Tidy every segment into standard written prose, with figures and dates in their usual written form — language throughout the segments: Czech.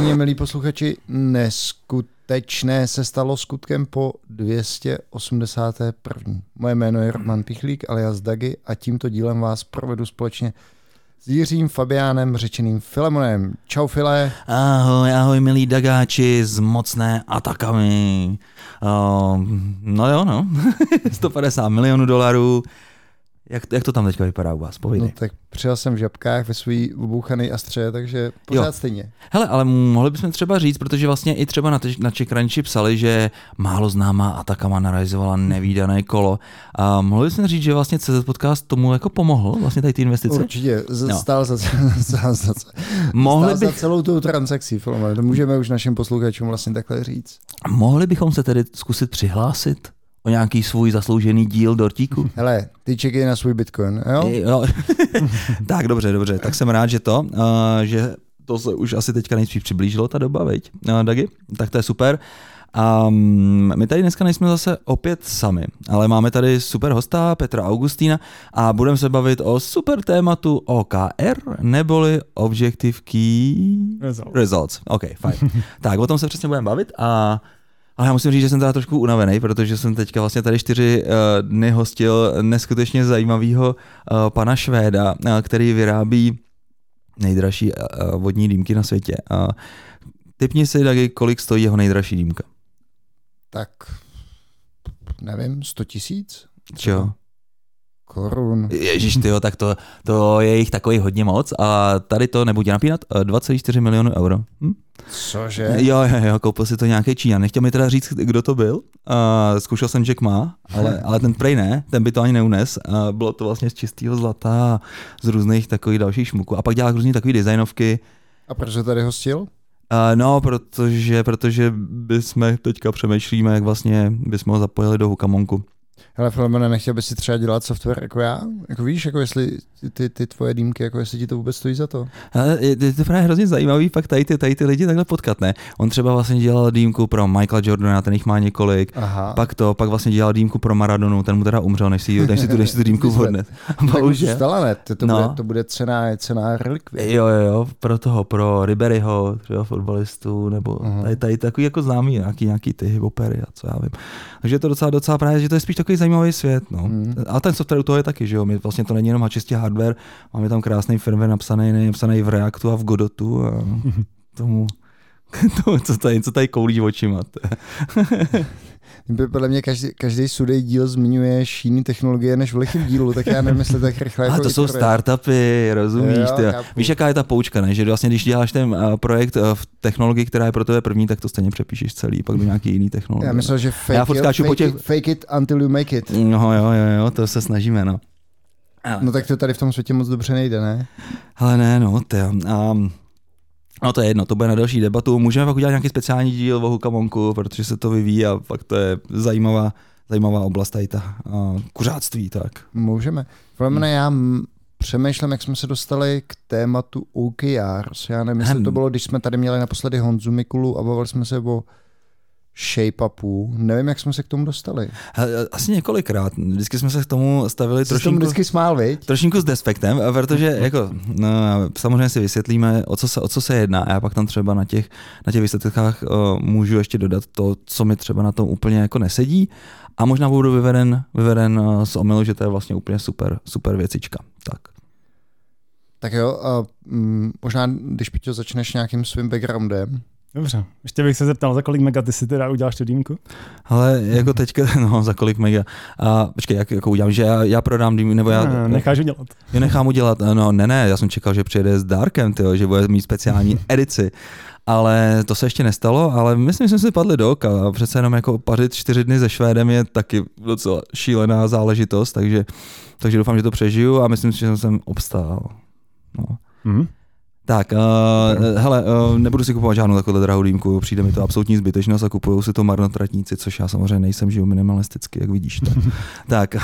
nicméně, milí posluchači, neskutečné se stalo skutkem po 281. Moje jméno je Roman Pichlík, alias Dagi, a tímto dílem vás provedu společně s Jiřím Fabiánem, řečeným Filemonem. Čau, File. Ahoj, milí dagáči z mocné Atakami. No jo, 150 milionů dolarů. Jak to tam teďka vypadá u vás? Povídej. No tak přijel jsem v žabkách ve svý obouchaný Astře, takže pořád stejně. Hele, ale mohli bychom třeba říct, protože vlastně i třeba na CzechCrunchi psali, že málo známá Atakama narealizovala nevídané kolo. A mohli bychom říct, že vlastně CZ Podcast tomu jako pomohl, vlastně tady ty investice? Určitě, stál za celou tou transakcí, Filome. To můžeme už našim posluchačům vlastně takhle říct. Mohli bychom se tedy zkusit přihlásit o nějaký svůj zasloužený díl dortíku? Hele, ty čekej na svůj Bitcoin, jo? Tak dobře, tak jsem rád, že to se už asi teďka nejspíš přiblížilo ta doba, veď, Dagi? Tak to je super. My tady dneska nejsme zase opět sami, ale máme tady super hosta Petra Augustína a budeme se bavit o super tématu OKR, neboli Objective Key Results. OK, fajn. Tak o tom se přesně budeme bavit ale já musím říct, že jsem teda trošku unavený, protože jsem teďka vlastně tady 4 dny hostil neskutečně zajímavého pana Švéda, který vyrábí nejdražší vodní dýmky na světě. Tipni si, Dagi, kolik stojí jeho nejdražší dýmka. Tak, nevím, 100 000? Čo? Korun. Ježíš, tyjo, tak to je jich takový hodně moc a tady to nebudu napínat, 2,4 milionu euro. Cože? Jo, koupil si to nějaký Číňan. Nechtěl mi teda říct, kdo to byl. Zkoušel jsem Jack Ma, ale ten prej ne, ten by to ani neunes. Bylo to vlastně z čistého zlata a z různých takových dalších šmuků. A pak dělal různý takový designovky. A proč se tady hostil? No, protože bychom teďka přemýšlíme, jak vlastně bychom ho zapojili do Hukamonku. Hele, Filemone, nechtěl bys si třeba dělat software jako já? Jako víš, jako jestli ty tvoje dýmky, jako jestli ti to vůbec stojí za to? Ale je to právě hrozně zajímavý fakt tady ty lidi takhle potkat, ne? On třeba vlastně dělal dýmku pro Michaela Jordana, ten jich má několik. Aha. Pak vlastně dělal dýmku pro Maradonu, ten mu teda umřel, než si tu dýmku odnes. Bohužel. To bude cená relikvie. Jo, pro Riberyho, třeba fotbalistů, nebo tady takový jako známý, nějaký ty opery a co já vím. Takže je to docela právě, že to je spíš takový zajímavý svět, no. A ten software u toho je taky, že jo, my vlastně to není jenom čistě hardware, máme tam krásný firmware napsaný v Reactu a v Godotu a tomu co tady koulí očima. Podle mě každý sudej díl zmiňuje jiný technologie než v lichým dílu, tak já nevím, jestli tak rychle. A to jsou startupy, rozumíš? Víš, jaká je ta poučka, ne? Že vlastně, když děláš ten projekt v technologii, která je pro tebe první, tak to stejně přepíšeš celý, pak do nějaký jiný technologie. Já myslím, že fake it until you make it. No jo, to se snažíme, no. No tak to tady v tom světě moc dobře nejde, ne? Ale ne, no, no to je jedno, to bude na další debatu. Můžeme pak udělat nějaký speciální díl o Hukamonku, protože se to vyvíjí a fakt to je zajímavá oblast tady ta kuřáctví, tak. Můžeme. Protože já přemýšlím, jak jsme se dostali k tématu OKRs. Já nevím, jestli to bylo, když jsme tady měli naposledy Honzu Mikulu a bavili jsme se o shape-upu. Nevím, jak jsme se k tomu dostali. Asi několikrát. Vždycky jsme se k tomu stavili vždycky smál, viď? Trošinku s despektem, protože jako, samozřejmě si vysvětlíme, o co se jedná. A já pak tam třeba na těch výsledkách můžu ještě dodat to, co mi třeba na tom úplně jako nesedí. A možná budu vyveden z omylu, že to je vlastně úplně super věcička. Tak jo, možná, když Piťo začneš nějakým svým backgroundem. Dobře, ještě bych se zeptal, za kolik mega ty si teda uděláš tu dýmku? Ale jako teďka, za kolik mega. Počkej, jak jako udělám, že já prodám dýmku, nebo já... Necháš udělat. Já nechám udělat, ne, já jsem čekal, že přijede s Darkem, že bude mít speciální edici. Ale to se ještě nestalo, ale myslím, že jsme si padli do oka. Přece jenom jako pařit 4 dny se Švédem je taky docela šílená záležitost, takže doufám, že to přežiju a myslím si, že jsem obstál. No. Tak, hele, nebudu si kupovat žádnou takovou drahou dýmku, přijde mi to absolutní zbytečnost a kupuju si to marnotratníci, což já samozřejmě nejsem, žiju minimalisticky, jak vidíš. Tak.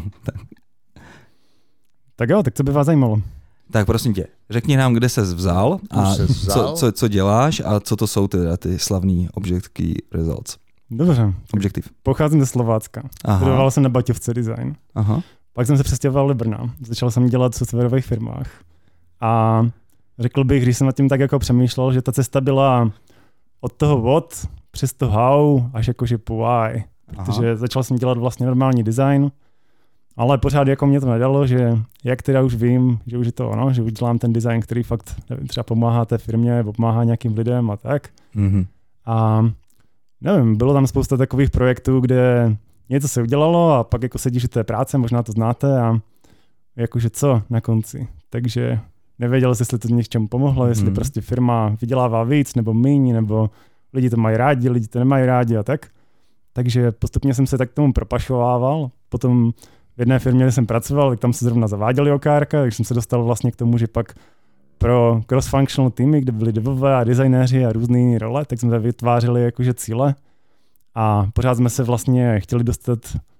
Tak jo, tak co by vás zajímalo? Tak prosím tě, řekni nám, kde ses vzal a co děláš a co to jsou ty slavný Objective Results. Dobře. Objective. Pocházím ze Slovácka. Studoval jsem na Baťovce design. Aha. Pak jsem se přestěhoval do Brna. Začal jsem dělat v softwarových firmách. A řekl bych, když jsem nad tím tak jako přemýšlel, že ta cesta byla od toho what přes to how až jakože po why. Protože začal jsem dělat vlastně normální design, ale pořád jako mě to nedalo, že jak teda už vím, že už je to ono, že už dělám ten design, který fakt nevím, třeba pomáhá té firmě, nebo pomáhá nějakým lidem a tak. Mm-hmm. A nevím, bylo tam spousta takových projektů, kde něco se udělalo a pak jako sedíš u té práce, možná to znáte a jakože co na konci. Takže nevěděl, jestli to něčemu pomohlo, jestli prostě firma vydělává víc nebo míň, nebo lidi to mají rádi, lidi to nemají rádi a tak. Takže postupně jsem se tak k tomu propašovával. Potom v jedné firmě, kde jsem pracoval, tak tam se zrovna zaváděli OKRka, takže jsem se dostal vlastně k tomu, že pak pro cross-functional týmy, kde byli devové a designéři a různé jiné role, tak jsme vytvářeli jakože cíle a pořád jsme se vlastně chtěli dostat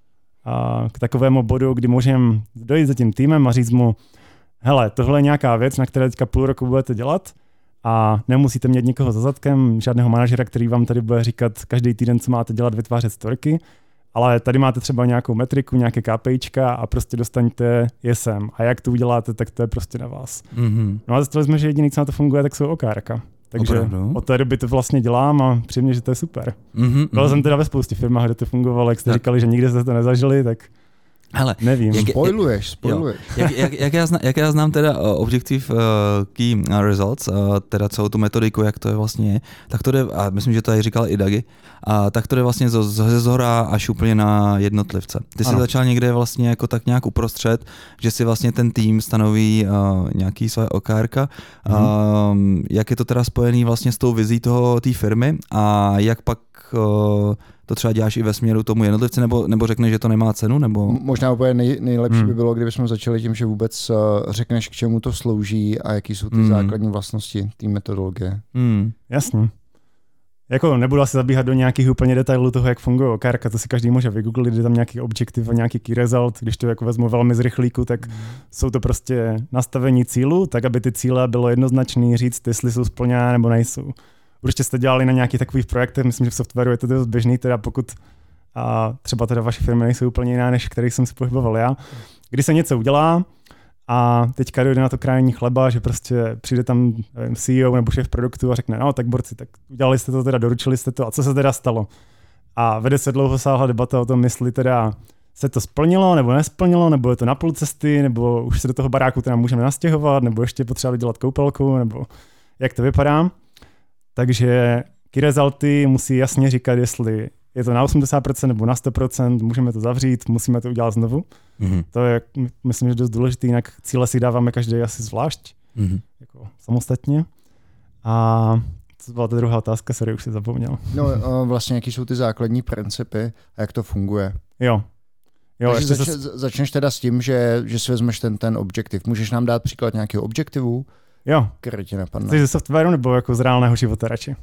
k takovému bodu, kdy můžeme dojít za tím týmem a říct mu, hele, tohle je nějaká věc, na které teďka půl roku budete dělat a nemusíte mít nikoho za zadkem, žádného manažera, který vám tady bude říkat každý týden, co máte dělat, vytvářet storky, ale tady máte třeba nějakou metriku, nějaké KPIčka a prostě dostaňte je sem. A jak to uděláte, tak to je prostě na vás. Mm-hmm. No a zjistili jsme, že jediný, co na to funguje, tak jsou OKRka. Takže od té doby to vlastně dělám a přijde, že to je super. Byl jsem teda ve spoustě firmách, kde to fungovalo, jak jste říkali, že nikde jste to nezažili, tak hele, nevím. Spoiluješ. Jak já znám teda Objective Key Results, teda celou tu metodiku, jak to je vlastně, tak to jde, a myslím, že to tady říkal i Dagi, a tak to jde vlastně ze zhora až úplně na jednotlivce. Ty jsi začal někde vlastně jako tak nějak uprostřed, že si vlastně ten tým stanoví nějaký své OKRka, jak je to teda spojený vlastně s tou vizí té firmy a jak pak to třeba děláš i ve směru tomu jednotlivci, nebo řekneš, že to nemá cenu? Nebo... Možná úplně nejlepší by bylo, kdybychom začali tím, že vůbec řekneš, k čemu to slouží a jaký jsou ty základní vlastnosti té metodologie. Jasně. Jako nebudu asi zabíhat do nějakých úplně detailů toho, jak funguje OKRka, to si každý může vygooglit, je tam nějaký objektiv a nějaký key result, když to jako vezmu velmi z rychlíku, tak jsou to prostě nastavení cílů, tak aby ty cíle bylo jednoznačný říct, jestli jsou splněné nebo nejsou. Určitě jste dělali na nějakých takových projektech, myslím, že v softwaru je to dost běžný, teda pokud třeba teda vaše firmy nejsou úplně jiná, než kterých jsem se pohyboval já. Když se něco udělá a teďka dojde na to krájení chleba, že prostě přijde tam nevím, CEO nebo šéf produktu a řekne, no tak borci, tak udělali jste to teda, doručili jste to a co se teda stalo? A vede se dlouhosáhlá debata o tom, jestli teda se to splnilo nebo nesplnilo, nebo je to na půl cesty, nebo už se do toho baráku teda můžeme nastěhovat, nebo ještě potřeba dělat koupelku, nebo jak to vypadá. Takže key resulty musí jasně říkat, jestli je to na 80% nebo na 100%, můžeme to zavřít, musíme to udělat znovu. To je, myslím, že dost důležité, jinak cíle si dáváme každý asi zvlášť, jako samostatně. A co byla ta druhá otázka, sorry, už si zapomněl. No vlastně, jaký jsou ty základní principy a jak to funguje. Jo. Takže začneš teda s tím, že si vezmeš ten objektiv. Můžeš nám dát příklad nějakého objektivu? Jo. Který ti napadne. Jsi ze softwaru nebo jako z reálného života radši?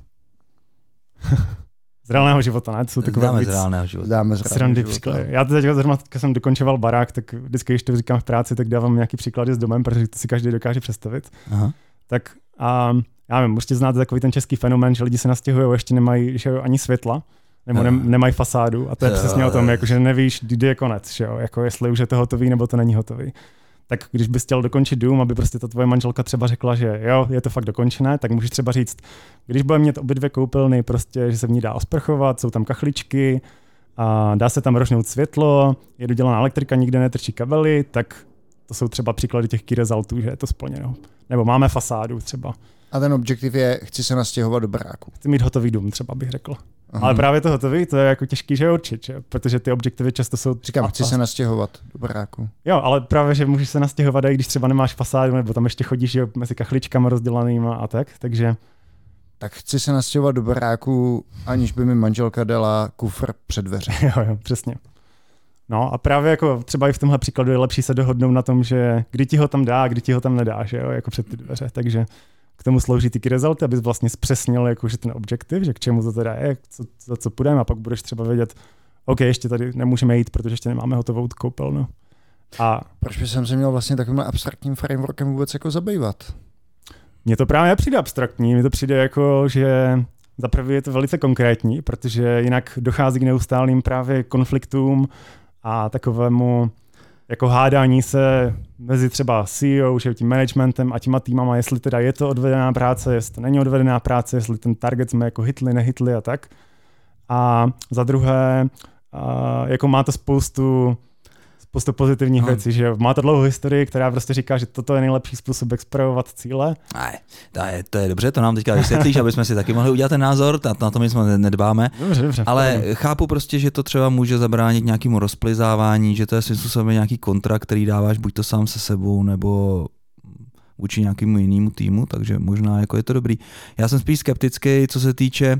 Z reálného života, ne? To jsou takové víc... z reálného života. Dáme z reálného života. Já teď zrovna jsem dokončoval barák, tak vždycky, když to říkám v práci, tak dávám nějaký příklady s domem, protože to si každý dokáže představit. Aha. Tak a já nevím, určitě znáte takový ten český fenomén, že lidi se nastěhují a ještě nemají ani světla, nebo nemají fasádu a to je přesně o tom, jako, že nevíš, kdy je konec, že jo? Jako jestli už je to hotový, nebo to není hotový. Tak když bys chtěl dokončit dům, aby prostě ta tvoje manželka třeba řekla, že jo, je to fakt dokončené, tak můžeš třeba říct, když budeme mít obě dvě koupelny, prostě, že se v ní dá osprchovat, jsou tam kachličky, a dá se tam rožnout světlo, je dodělaná elektrika, nikde netrčí kabely, tak to jsou třeba příklady těch key resultů, že je to splněno. Nebo máme fasádu třeba. A ten objektiv je, chci se nastěhovat do baráku. Chci mít hotový dům, třeba bych řekl. Aha. Ale právě to hotový, to je jako těžký, že určit, že? Protože ty objektivy často jsou... Říkám, chci se nastěhovat do baráku. Jo, ale právě, že můžeš se nastěhovat, i když třeba nemáš fasádu, nebo tam ještě chodíš mezi kachličkami rozdělanýma a tak, takže... Tak chci se nastěhovat do baráku, aniž by mi manželka dala kufr před dveře. Jo, přesně. No a právě jako třeba i v tomhle příkladu je lepší se dohodnout na tom, že kdy ti ho tam dá a kdy ti ho tam nedá, že jo, jako před ty dveře, takže... K tomu slouží ty key resulty, abys vlastně zpřesnil jakože ten objektiv, že k čemu to teda je, za co půjdeme a pak budeš třeba vědět, OK, ještě tady nemůžeme jít, protože ještě nemáme hotovou koupelnu. A proč by jsem se měl vlastně takovým abstraktním frameworkem vůbec jako zabývat? Mně to právě nepřijde abstraktní, mně to přijde jako, že zaprvé je to velice konkrétní, protože jinak dochází k neustálým právě konfliktům a takovému jako hádání se mezi třeba CEO, tím managementem a těma týmama, jestli teda je to odvedená práce, jestli to není odvedená práce, jestli ten target jsme jako hitli, nehytli a tak. A za druhé, jako má to spoustu pozitivních věcí, že má to dlouhou historii, která prostě říká, že toto je nejlepší způsob explorovat cíle. To je dobře, to nám teďka vysvětlíš, aby jsme si taky mohli udělat ten názor, na to my jsme nedbáme. Dobře. Ale chápu prostě, že to třeba může zabránit nějakému rozplizávání, že to je svým způsobem nějaký kontrakt, který dáváš buď to sám se sebou, nebo vůči nějakému jinému týmu, takže možná jako je to dobrý. Já jsem spíš skeptický, co se týče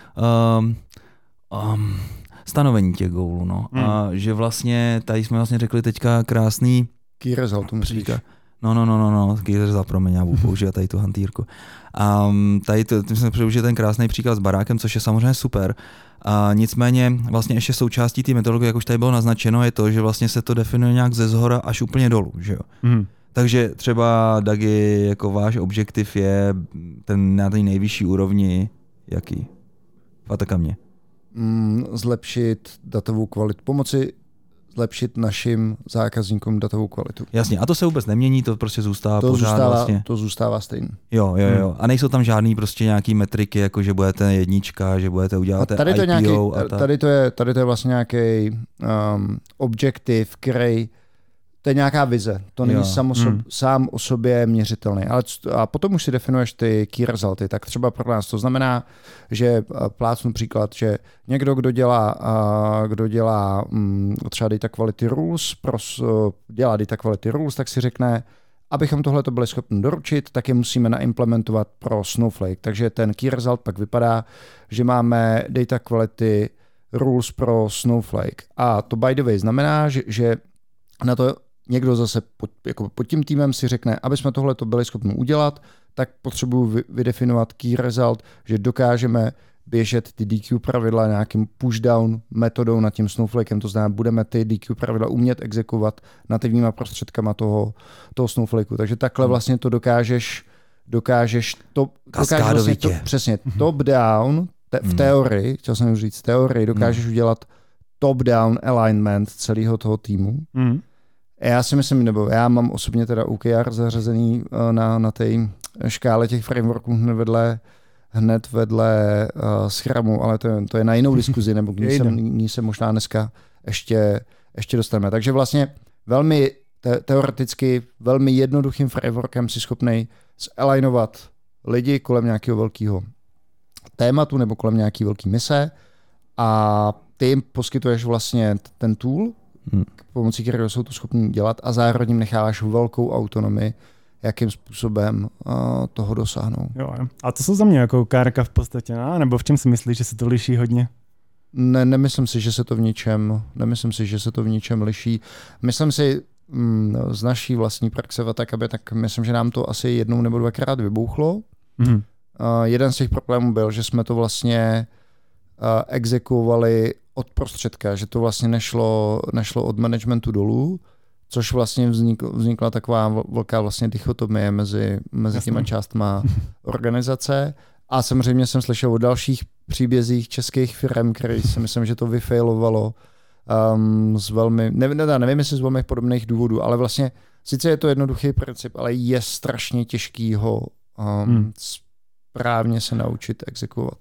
stanovení těch goalů, no. A že vlastně, tady jsme vlastně řekli teďka krásný Key result, myslíš? No, key result, promiň, já budu používat tady tu hantýrku. Tady tím jsme použili ten krásný příklad s barákem, což je samozřejmě super. Nicméně vlastně ještě součástí té metodologie, jak už tady bylo naznačeno, je to, že vlastně se to definuje nějak ze zhora až úplně dolů, že jo. Takže třeba, Dagi, jako váš objektiv je ten na té nejvyšší úrovni, jaký? Fataka mě. Zlepšit datovou kvalitu, pomoci zlepšit našim zákazníkům datovou kvalitu. Jasně, a to se vůbec nemění, to prostě zůstává pořád vlastně. To zůstává stejný. Jo. A nejsou tam žádný prostě nějaký metriky, jako že budete jednička, že budete udělat tady to IPO tady to je vlastně nějaký objektiv, který to je nějaká vize, to není sám o sobě měřitelný. Ale a potom už si definuješ ty key resulty, tak třeba pro nás to znamená, že plácnu příklad, že někdo, kdo dělá třeba data quality rules, dělá data quality rules, tak si řekne, abychom tohle to byli schopni doručit, tak je musíme naimplementovat pro Snowflake. Takže ten key result pak vypadá, že máme data quality rules pro Snowflake. A to by the way znamená, že na to někdo zase pod tím týmem si řekne, aby jsme tohle to byli schopni udělat, tak potřebuji vydefinovat key result, že dokážeme běžet ty DQ pravidla nějakým pushdown metodou nad tím Snowflakem, to znamená, budeme ty DQ pravidla umět exekovat nativníma prostředkama toho Snowflakeu. Takže takhle vlastně to dokážeš vlastně přesně top-down, v teorii, chtěl jsem říct, dokážeš udělat top-down alignment celého toho týmu. Já si myslím, nebo já mám osobně teda OKR zařazený na té škále těch frameworků hned vedle Scrumu, ale to je na jinou diskuzi, nebo k ní se možná dneska ještě dostaneme. Takže vlastně velmi teoreticky velmi jednoduchým frameworkem si schopnej zalignovat lidi kolem nějakého velkého tématu nebo kolem nějaké velké mise a ty jim poskytuješ vlastně ten tool, pomocí kterého jsou to schopni dělat a zároveň jim necháváš velkou autonomii, jakým způsobem toho dosáhnou. Jo. A to jsou za mě jako kárka v podstatě, nebo v čem si myslíš, že se to liší hodně? Nemyslím si, že se to v ničem liší. Myslím si z naší vlastní praxe tak myslím, že nám to asi jednou nebo dvakrát vybouchlo. Jeden z těch problémů byl, že jsme to vlastně exekuovali od prostředka, že to vlastně nešlo od managementu dolů, což vlastně vznikla taková velká vlastně dichotomie mezi těma částma organizace. A samozřejmě jsem slyšel o dalších příbězích českých firm, které si myslím, že to vyfailovalo z velmi, nevím, jestli z velmi podobných důvodů, ale vlastně sice je to jednoduchý princip, ale je strašně těžký ho správně se naučit exekuovat.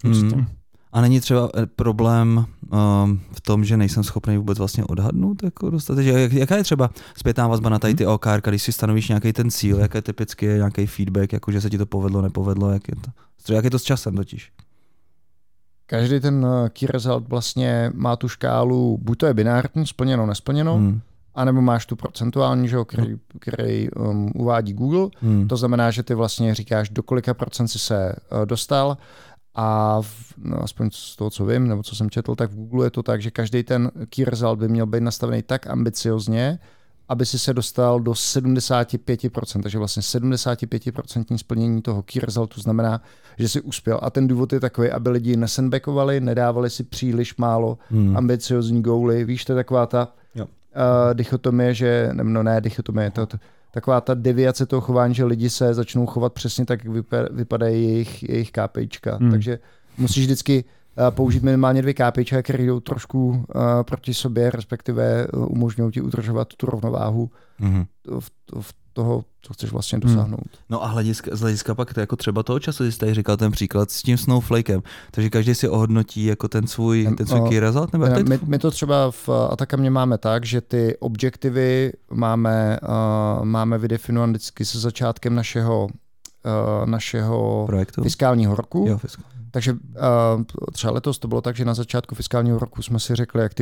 A není třeba problém v tom, že nejsem schopný vůbec vlastně odhadnout jako dostatečně? Jaká je třeba zpětná vazba na tady ty OKR, když si stanovíš nějaký ten cíl, jaké typicky je nějaký feedback, jako že se ti to povedlo, nepovedlo, jak je to s časem totiž? Každý ten key result vlastně má tu škálu, buď to je binární, splněno, nesplněno, anebo máš tu procentuální, že, který uvádí Google. To znamená, že ty vlastně říkáš, do kolika procent si se dostal. A aspoň z toho, co vím, nebo co jsem četl, tak v Google je to tak, že každý ten key result by měl být nastavený tak ambiciozně, aby si se dostal do 75%. Takže vlastně 75% splnění toho key resultu znamená, že si uspěl. A ten důvod je takový, aby lidi nesandbackovali, nedávali si příliš málo ambiciozní goaly. Víš, to je taková ta dichotomie, že, dichotomie, taková ta deviace toho chování, že lidi se začnou chovat přesně tak, jak vypadají jejich KPIčka. Takže musíš vždycky použít minimálně 2 KPIčka, které jdou trošku proti sobě, respektive umožňují ti udržovat tu rovnováhu v toho, co chceš vlastně dosáhnout. No a z hlediska pak to jako třeba toho času, jsi tady říkal ten příklad s tím Snowflakem, takže každý si ohodnotí jako ten svůj key result? Nebo my to třeba v Atacamě máme tak, že ty objektivy máme vydefinované vždycky se začátkem našeho projektu? Fiskálního roku. Jo, takže třeba letos to bylo tak, že na začátku fiskálního roku jsme si řekli, jak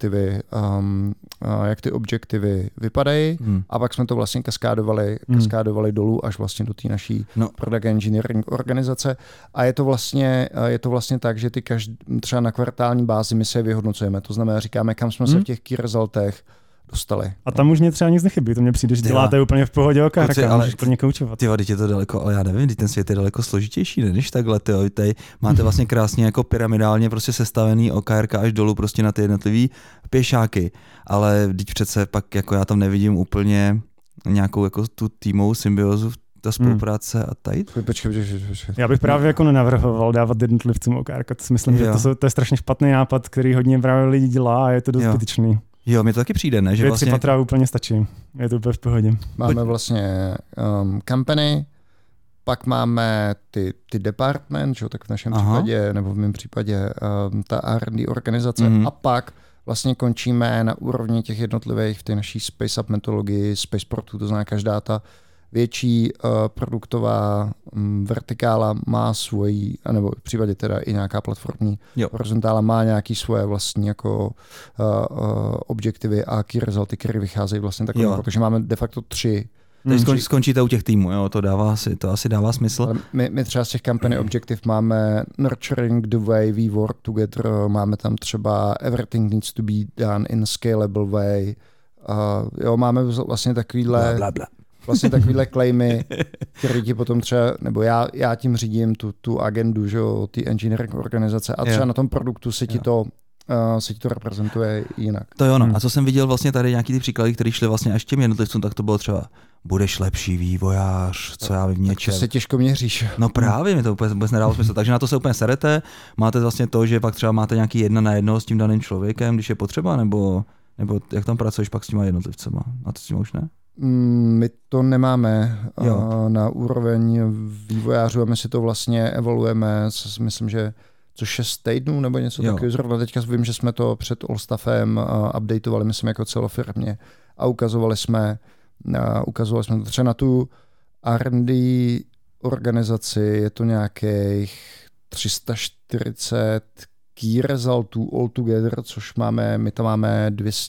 ty objektivy vypadají a pak jsme to vlastně kaskádovali dolů až vlastně do té naší product engineering organizace a je to vlastně tak, že třeba na kvartální bázi my se vyhodnocujeme, to znamená říkáme, kam jsme se v těch key resultech dostali. A tam už mě třeba nic nechybí, to mě přijde, že děláte úplně v pohodě OKRka, můžeš plně koučovat. Ty je to daleko, ale já nevím, ten svět je daleko složitější, než takhle, tady máte vlastně krásně jako pyramidálně prostě sestavený OKRka až dolů prostě na ty jednotlivý pěšáky, ale teď přece pak jako já tam nevidím úplně nějakou jako tu týmovou symbiozu, ta spolupráce a tady. Počkej. Já bych právě jako nenavrhoval dávat jednotlivcům OKRka, to si myslím, že to je strašně špatný nápad, který hodně právě lidí dělá a je to dost zbytečný. Jo, mi to taky přijde, ne? Že vlastně 2-3 patra úplně stačí. Je to úplně v pohodě. Máme vlastně company, pak máme ty department, že, tak v našem případě, nebo v mém případě ta R&D organizace a pak vlastně končíme na úrovni těch jednotlivých v té naší Space Up metodologii, Spaceportu, to znamená každá ta větší produktová vertikála má svoji, nebo v případě teda i nějaká platformní horizontála má nějaký svoje vlastní jako objektivy a key resulty, které vycházejí vlastně takové, protože máme de facto 3. Takže skončíte u těch týmů, jo, to asi dává smysl. My třeba z těch company objective máme nurturing the way we work together, máme tam třeba everything needs to be done in a scalable way, máme vlastně takovýhle vlastně takovýhle claimy, který ti potom třeba, nebo já tím řídím tu agendu, že jo, ty engineering organizace a třeba na tom produktu se ti to reprezentuje jinak. To jo, a co jsem viděl vlastně tady nějaký ty příklady, které šly vlastně až těm jednotlivcům, tak to bylo třeba budeš lepší vývojář, co já vím, něčem. To se těžko měříš. No právě, mi to vůbec nedávalo smysl. Takže na to se úplně serete, máte vlastně to, že pak třeba máte nějaký 1 na 1 s tím daným člověkem, když je potřeba, nebo jak tam pracuješ pak s těma jednotlivcema? A to s tím už ne? My to nemáme na úroveň vývojářů a my si to vlastně evaluujeme, myslím, že co 6 týdnů nebo něco takového. Zrovna teďka vím, že jsme to před Allstaffem updateovali, myslím, jako celofirmě a ukazovali jsme to třeba na tu R&D organizaci, je to nějakých 340 key resultů all together, což my tam máme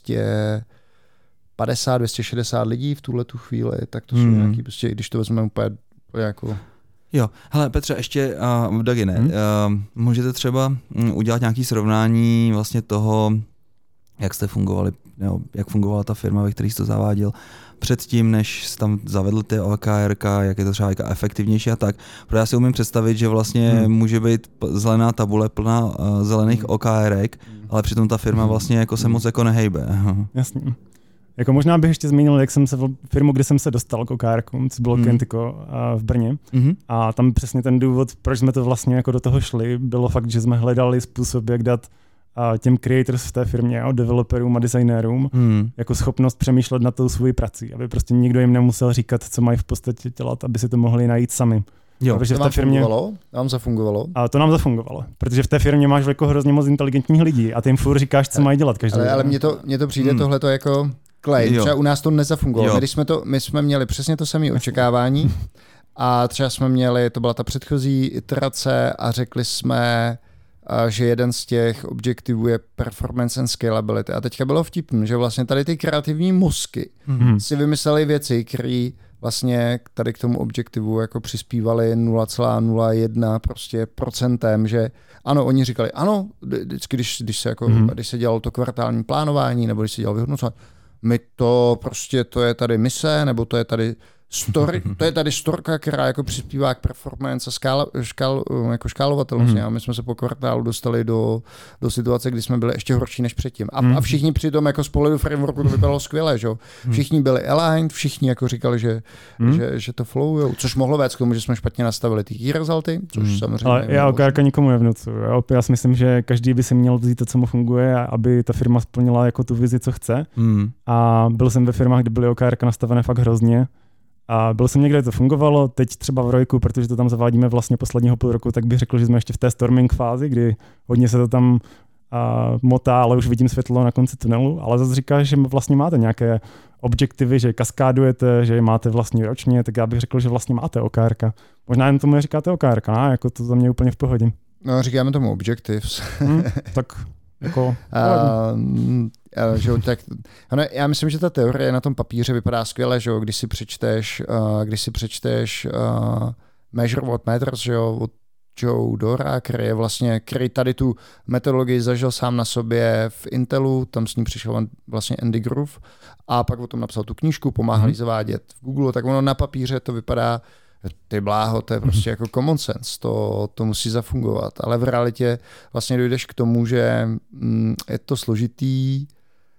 260 lidí v tuhletu chvíli, tak to jsou nějaký, prostě, když to vezmeme úplně jako... Jo, hele Petře, ještě Dagi, můžete třeba udělat nějaké srovnání vlastně toho, jak jste fungovali, nebo jak fungovala ta firma, ve které jste to zaváděl, předtím, než jste tam zavedl ty OKRK, jak je to třeba efektivnější a tak. Protože já si umím představit, že vlastně může být zelená tabule plná zelených OKRek, ale přitom ta firma vlastně jako se moc jako nehejbe. Jasně. Jako možná bych ještě zmínil, jak jsem se firmu, kde jsem se dostal k OKRkům, co bylo Quantico v Brně. A tam přesně ten důvod, proč jsme to vlastně jako do toho šli, bylo fakt, že jsme hledali způsob, jak dát těm creators v té firmě, developerům a designérům, jako schopnost přemýšlet nad tou svojí prací, aby prostě nikdo jim nemusel říkat, co mají v podstatě dělat, aby si to mohli najít sami. Jo, to vám fungovalo? Vám zafungovalo? A to nám zafungovalo, protože v té firmě máš jako hrozně moc inteligentních lidí a ty jim furt říkáš, co mají dělat každý. Ale mně to přijde tohleto jako claim. Třeba u nás to nezafungovalo. My jsme měli přesně to samé očekávání a třeba jsme měli, to byla ta předchozí iterace a řekli jsme, že jeden z těch objektivů je performance and scalability. A teďka bylo vtipné, že vlastně tady ty kreativní mozky si vymysleli věci, které vlastně tady k tomu objektivu jako přispívali 0,01 prostě procentem, že ano, oni říkali, ano, vždycky, když se dělalo to kvartální plánování, nebo když se dělalo vyhodnocování, my to prostě, to je tady mise, nebo to je tady to je tady storka, která jako přispívá k performance a jako škálovatelnosti. A my jsme se po kvartálu dostali do situace, kdy jsme byli ještě horší než předtím. A všichni přitom jako z pohledu frameworku to vypadalo skvěle, že? Všichni byli aligned, všichni jako říkali, že to flowujou, což mohlo vést k tomu, že jsme špatně nastavili ty key resulty, což samozřejmě... Ale já OKR nikomu nevnucuju. Já si myslím, že každý by si měl vzít to, co mu funguje, aby ta firma splnila jako tu vizi, co chce. A byl jsem ve firmách, kde byly OKR nastavené fakt hrozně. A byl jsem někde, to fungovalo, teď třeba v Rojku, protože to tam zavádíme vlastně posledního půl roku, tak bych řekl, že jsme ještě v té storming fázi, kdy hodně se to tam motá, ale už vidím světlo na konci tunelu, ale zase říkáš, že vlastně máte nějaké objektivy, že kaskádujete, že je máte vlastně ročně, tak já bych řekl, že vlastně máte OKR. Možná jen tomu neříkáte OKR, jako to za mě úplně v pohodě. No, říkáme tomu objectives. Tak jako... Já myslím, že ta teorie na tom papíře vypadá skvěle, že jo, když si přečteš Measure What Matters, že jo, od Joe Dora, který tady tu metodologii zažil sám na sobě v Intelu, tam s ním přišel vlastně Andy Groove a pak o tom napsal tu knížku, pomáhal jí zavádět v Google, tak ono na papíře to vypadá, ty bláho, to je prostě jako common sense, to musí zafungovat, ale v realitě vlastně dojdeš k tomu, že je to složitý,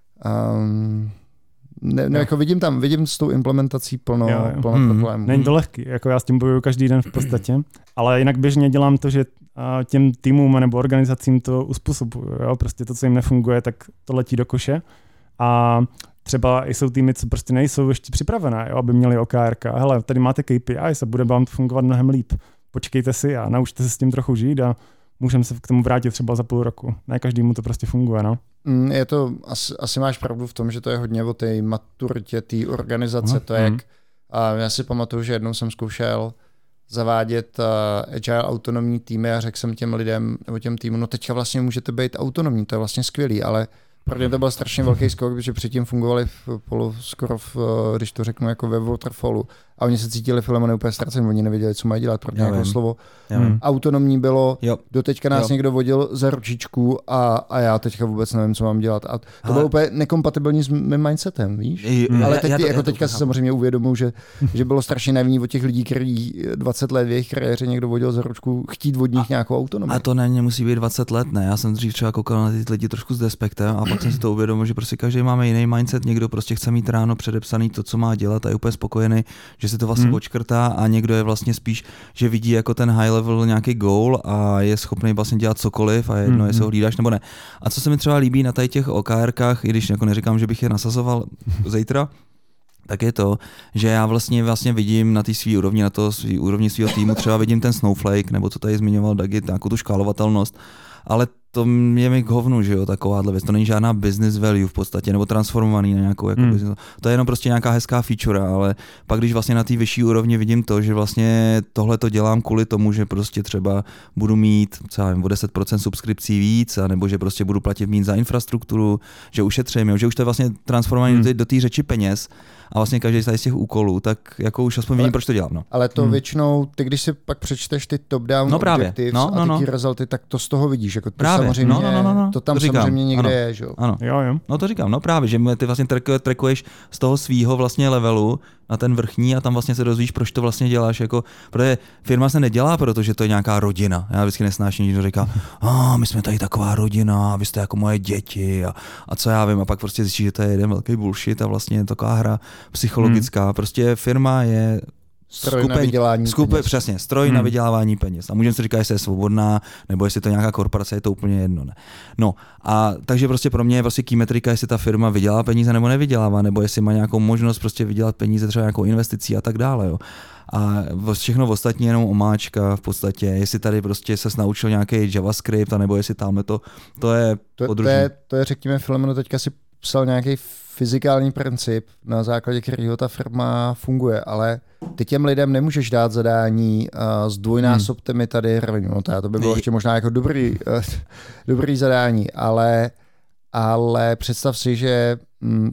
jako vidím s tou implementací plno problémů. Není to lehký, jako já s tím bojuju každý den v podstatě, ale jinak běžně dělám to, že těm týmům nebo organizacím to uspůsobuju, jo? Prostě to, co jim nefunguje, tak to letí do koše a třeba jsou týmy, co prostě nejsou ještě připravené, jo? Aby měli OKR. Hele, tady máte KPIs a bude vám to fungovat mnohem líp. Počkejte si a naučte se s tím trochu žít a můžeme se k tomu vrátit třeba za půl roku. Ne každému to prostě funguje, no. Je to, asi máš pravdu v tom, že to je hodně o té maturitě té organizace, to je jak, já si pamatuju, že jednou jsem zkoušel zavádět agile autonomní týmy a řekl jsem těm lidem, nebo těm týmům, no teďka vlastně můžete být autonomní, to je vlastně skvělý, ale pro mě to byl strašně velký skok, protože předtím fungovali když to řeknu, jako ve waterfallu. A oni se cítili Filemone úplně ztraceni, oni nevěděli, co mají dělat, protože jako slovo autonomní bylo, doteďka nás někdo vodil za ručičku a já teďka vůbec nevím, co mám dělat. A to bylo úplně nekompatibilní s mým mindsetem, víš? Ale teďka se samozřejmě uvědomuji, že bylo strašně naivní od těch lidí, kteří 20 let v jejich kariéře někdo vodil za ručku, chtít od nich nějakou autonomii. A to nemusí být 20 let, ne? Já jsem dřív třeba koukal na ty lidi trošku s despektem a pak jsem si to uvědomil, že prostě každý máme jiný mindset, někdo prostě chce mít ráno předepsaný to, co má dělat a je úplně spokojený, že si to vlastně odškrtá a někdo je vlastně spíš, že vidí jako ten high level nějaký goal a je schopný vlastně dělat cokoliv a jedno, jestli ho hlídáš nebo ne. A co se mi třeba líbí na těch OKRkách, i když jako neříkám, že bych je nasazoval zítra, tak je to, že já vlastně vidím na té svý úrovni, na to svý úrovni svého týmu, třeba vidím ten Snowflake, nebo co tady zmiňoval Dagi, nějakou tu škálovatelnost, ale to je mi k hovnu, že jo, takováhle věc. To není žádná business value v podstatě, nebo transformovaný na nějakou jako business. To je jenom prostě nějaká hezká feature, ale pak když vlastně na té vyšší úrovni vidím to, že vlastně tohle to dělám kvůli tomu, že prostě třeba budu mít, co já vím, o 10% subskripcí víc, nebo že prostě budu platit víc za infrastrukturu, že ušetřím, jo, že už to je vlastně transformovaný do té řeči peněz. A vlastně každý z těch úkolů, tak jako už aspoň vidím, proč to dělám. No. Ale to většinou, ty když si pak přečteš ty top-down objectives a ty key resulty, tak to z toho vidíš. Jako to samozřejmě, to tam samozřejmě někde je. Že? Ano. Jo. No to říkám, no právě, že ty vlastně trackuješ z toho svýho vlastně levelu na ten vrchní a tam vlastně se dozvíš, proč to vlastně děláš. Jako, protože firma se nedělá, protože to je nějaká rodina. Já vždycky nesnáším, když říká, my jsme tady taková rodina, vy jste jako moje děti a co já vím. A pak prostě zjistíš, že to je jeden velký bullshit a vlastně je taková hra psychologická. Prostě firma je stroj na vydělání peněz. Přesně, stroj na vydělávání peněz. A můžeme si říkat, jestli je svobodná, nebo jestli to je nějaká korporace, je to úplně jedno. Ne? No a takže prostě pro mě je prostě key metrika, jestli ta firma vydělá peníze nebo nevydělává, nebo jestli má nějakou možnost prostě vydělat peníze třeba nějakou investicí a tak dále. Jo. A všechno ostatní jenom omáčka v podstatě, jestli tady prostě ses naučil nějaký JavaScript, anebo jestli tamhle to je podružní. To je řekněme, Filemone teďka si psal nějaký fyzikální princip, na základě kterého ta firma funguje, ale ty těm lidem nemůžeš dát zadání zdvojnásobte mi tady revenue. No to by bylo ještě možná jako dobrý zadání, ale představ si, že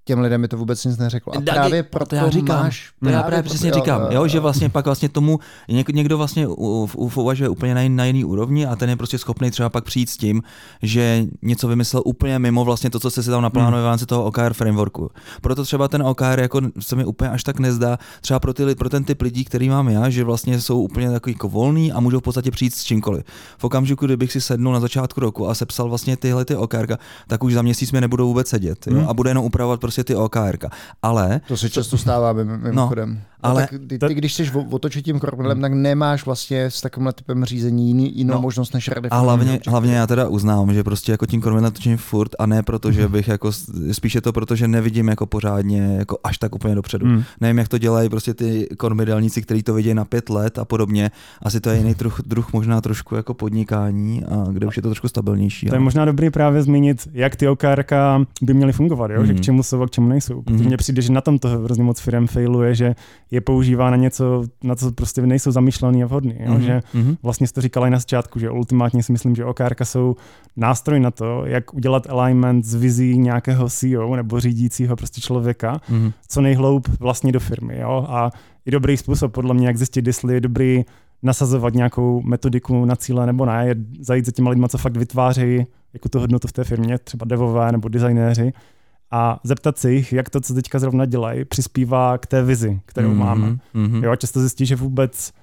těm lidem mi to vůbec nic neřeklo. A právě proto já říkám, máš... To já právě přesně říkám, jo, že vlastně pak vlastně tomu někdo vlastně uvažuje úplně na jiný úrovni a ten je prostě schopný třeba pak přijít s tím, že něco vymyslel úplně mimo vlastně to, co se si tam naplánovalo v rámci toho OKR frameworku. Proto třeba ten OKR jako se mi úplně až tak nezdá, třeba pro ten typ lidí, který mám já, že vlastně jsou úplně takový jako volný a můžou v podstatě přijít s čímkoliv. V okamžiku, kdybych si sednul na začátku roku a sepsal vlastně tyhle ty OKR, tak už za měsíc mě nebudou vůbec sedět, jo, a bude jenom upravovat prostě ty OKR. Ale to se často stává mimochodem. Ale ty, když jsi otočit tím kormidlem, tak nemáš vlastně s takovým typem řízení jinou možnost než redefinovat. A hlavně já teda uznám, že prostě jako tím kormidlem točím furt a ne proto, že bych jako spíše to, protože nevidím jako pořádně jako až tak úplně dopředu. Nevím, jak to dělají prostě ty kormidelníci, kteří to vidějí na 5 let a podobně. Asi to je jiný druh možná trošku jako podnikání, a kde už je to trošku stabilnější. To je možná dobrý právě zmínit, jak ty OKRK by měly fungovat, jo? Že k čemu jsou a k čemu nejsou. Protože mně přijde, že na tom toho hrozně moc firem failuje, že je používá na něco, na co prostě nejsou zamýšlený a vhodný. Jo? Že vlastně jsi to říkala i na začátku, že ultimátně si myslím, že OKRka jsou nástroj na to, jak udělat alignment z vizí nějakého CEO nebo řídícího prostě člověka, co nejhloub vlastně do firmy. Jo? A i dobrý způsob podle mě, jak zjistit, jestli je dobrý nasazovat nějakou metodiku na cíle nebo ne, je zajít za těma lidma, co fakt vytvářejí jako tu hodnotu v té firmě, třeba devové nebo designéři, a zeptat se jich, jak to, co teďka zrovna dělají, přispívá k té vizi, kterou máme. Jo, a často zjistí, že vůbec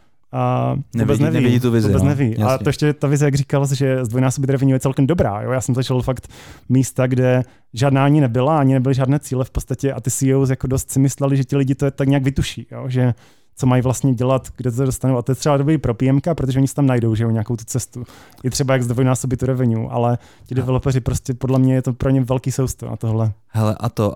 nevidí tu vizi. Vůbec neví. A to ještě ta vize, jak říkal, že zdvojnásobit revenue je celkem dobrá. Jo? Já jsem začal fakt místa, kde žádná ani nebyla, ani nebyly žádné cíle v podstatě a ty CEOs jako dost si mysleli, že ti lidi to tak nějak vytuší, jo? Že co mají vlastně dělat, kde to dostanou. A to je třeba dobrý pro PMK, protože oni si tam najdou, že jo, nějakou tu cestu. Je třeba jak zdvojnásobit tu revenue, ale ti developeři prostě podle mě je to pro ně velký sousto a tohle. Hele,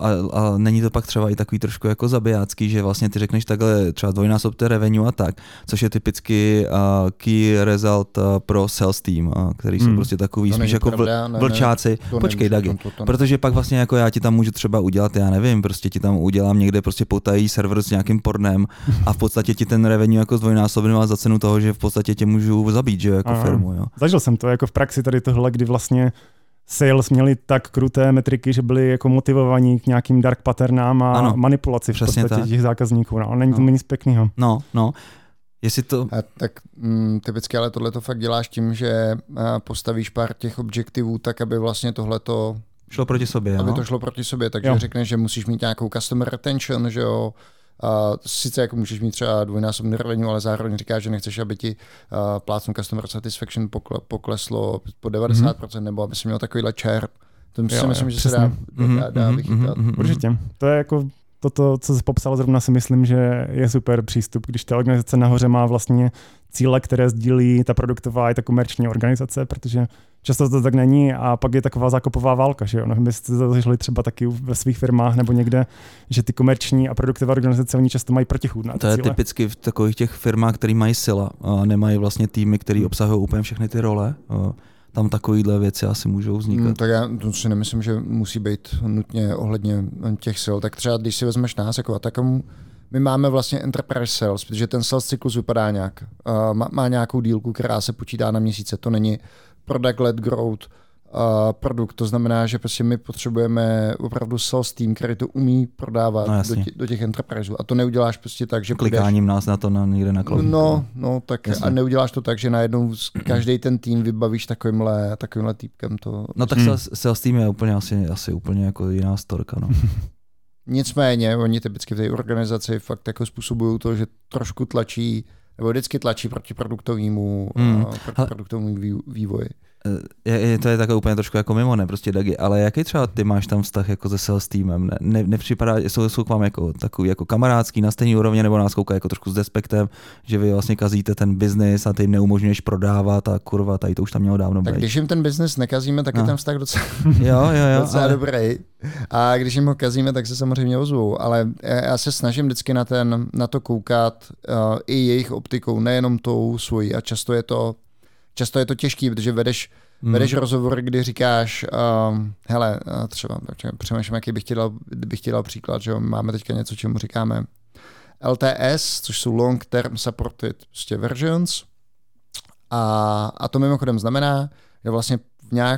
a není to pak třeba i takový trošku jako zabijácký, že vlastně ty řekneš takhle třeba dvojnásobte revenue a tak, což je typicky key result pro sales team, který jsou prostě takový spíš jako vlčáci. Počkej, Dagi, protože pak vlastně jako já ti tam můžu třeba udělat, já nevím, prostě ti tam udělám někde prostě potají server s nějakým pornem a v podstatě ti ten revenue jako zdvojnásobím za cenu toho, že v podstatě tě můžu zabít, že jako firmu. Jo. Zažil jsem to jako v praxi tady tohle, kdy vlastně sales měli tak kruté metriky, že byli jako motivovaní k nějakým dark patternám a manipulaci v podstatě těch zákazníků. No, není to nic pěkného. No. Jestli to... Tak typicky, ale tohle to fakt děláš tím, že postavíš pár těch objektivů tak, aby vlastně tohleto šlo proti sobě. Aby to šlo proti sobě, takže řekneš, že musíš mít nějakou customer retention, že jo, sice jako můžeš mít třeba dvojnásobný revenue, ale zároveň říkáš, že nechceš, aby ti plácnu customer satisfaction pokleslo po 90%, nebo aby si měl takovýhle churn. To si myslím, že se dá vychytat. Určitě. To je jako toto, co jsi popsal zrovna, si myslím, že je super přístup, když ta organizace nahoře má vlastně cíle, které sdílí ta produktová i ta komerční organizace, protože často to tak není a pak je taková zákopová válka, že jo. No, byste to zažili třeba taky ve svých firmách nebo někde, že ty komerční a produktové organizace oni často mají protichůdné. To je typicky v takových těch firmách, které mají sila a nemají vlastně týmy, které obsahují úplně všechny ty role. Tam takovýhle věci asi můžou vznikat. Tak já to si nemyslím, že musí být nutně ohledně těch sil. Tak třeba když si vezmeš nás jako Atakomu, my máme vlastně enterprise sales, protože ten sales cyklus vypadá nějak. Má nějakou dílku, která se počítá na měsíce. To není product-led growth produkt. To znamená, že prostě my potřebujeme opravdu sales team, který to umí prodávat do těch enterpriseů. A to neuděláš prostě tak, že klikáním nás na to někde na cloud. No, tak a neuděláš to tak, že najednou každý ten tým vybavíš takovýmhle týpkem. No tak sales team je úplně asi úplně jako jiná storka, no. Nicméně, oni typicky v té organizaci fakt jako způsobují to, že trošku tlačí, nebo vždycky tlačí proti produktovému vývoji. To je takové úplně trošku jako mimo, ne, prostě Dagi, ale jaký třeba ty máš tam vztah jako se sales týmem? Nepřipadá, jsou k vám jako takový jako kamarádský na stejný úrovni, nebo nás kouká jako trošku s despektem, že vy vlastně kazíte ten biznis a ty jim neumožňuješ prodávat a kurva, tady to už tam mělo dávno být. Tak když jim ten biznis nekazíme, tak je ten vztah docela, docela dobrý. A když jim ho kazíme, tak se samozřejmě ozvou, ale já se snažím vždycky na to koukat i jejich optikou, nejenom tou svojí, a často je to těžký, protože vedeš rozhovor, kdy říkáš, hele, třeba přemýšlím, jaký bych ti dal příklad, že máme teďka něco, čemu říkáme LTS, což jsou Long Term Supported prostě versions, a to mimochodem znamená, že vlastně v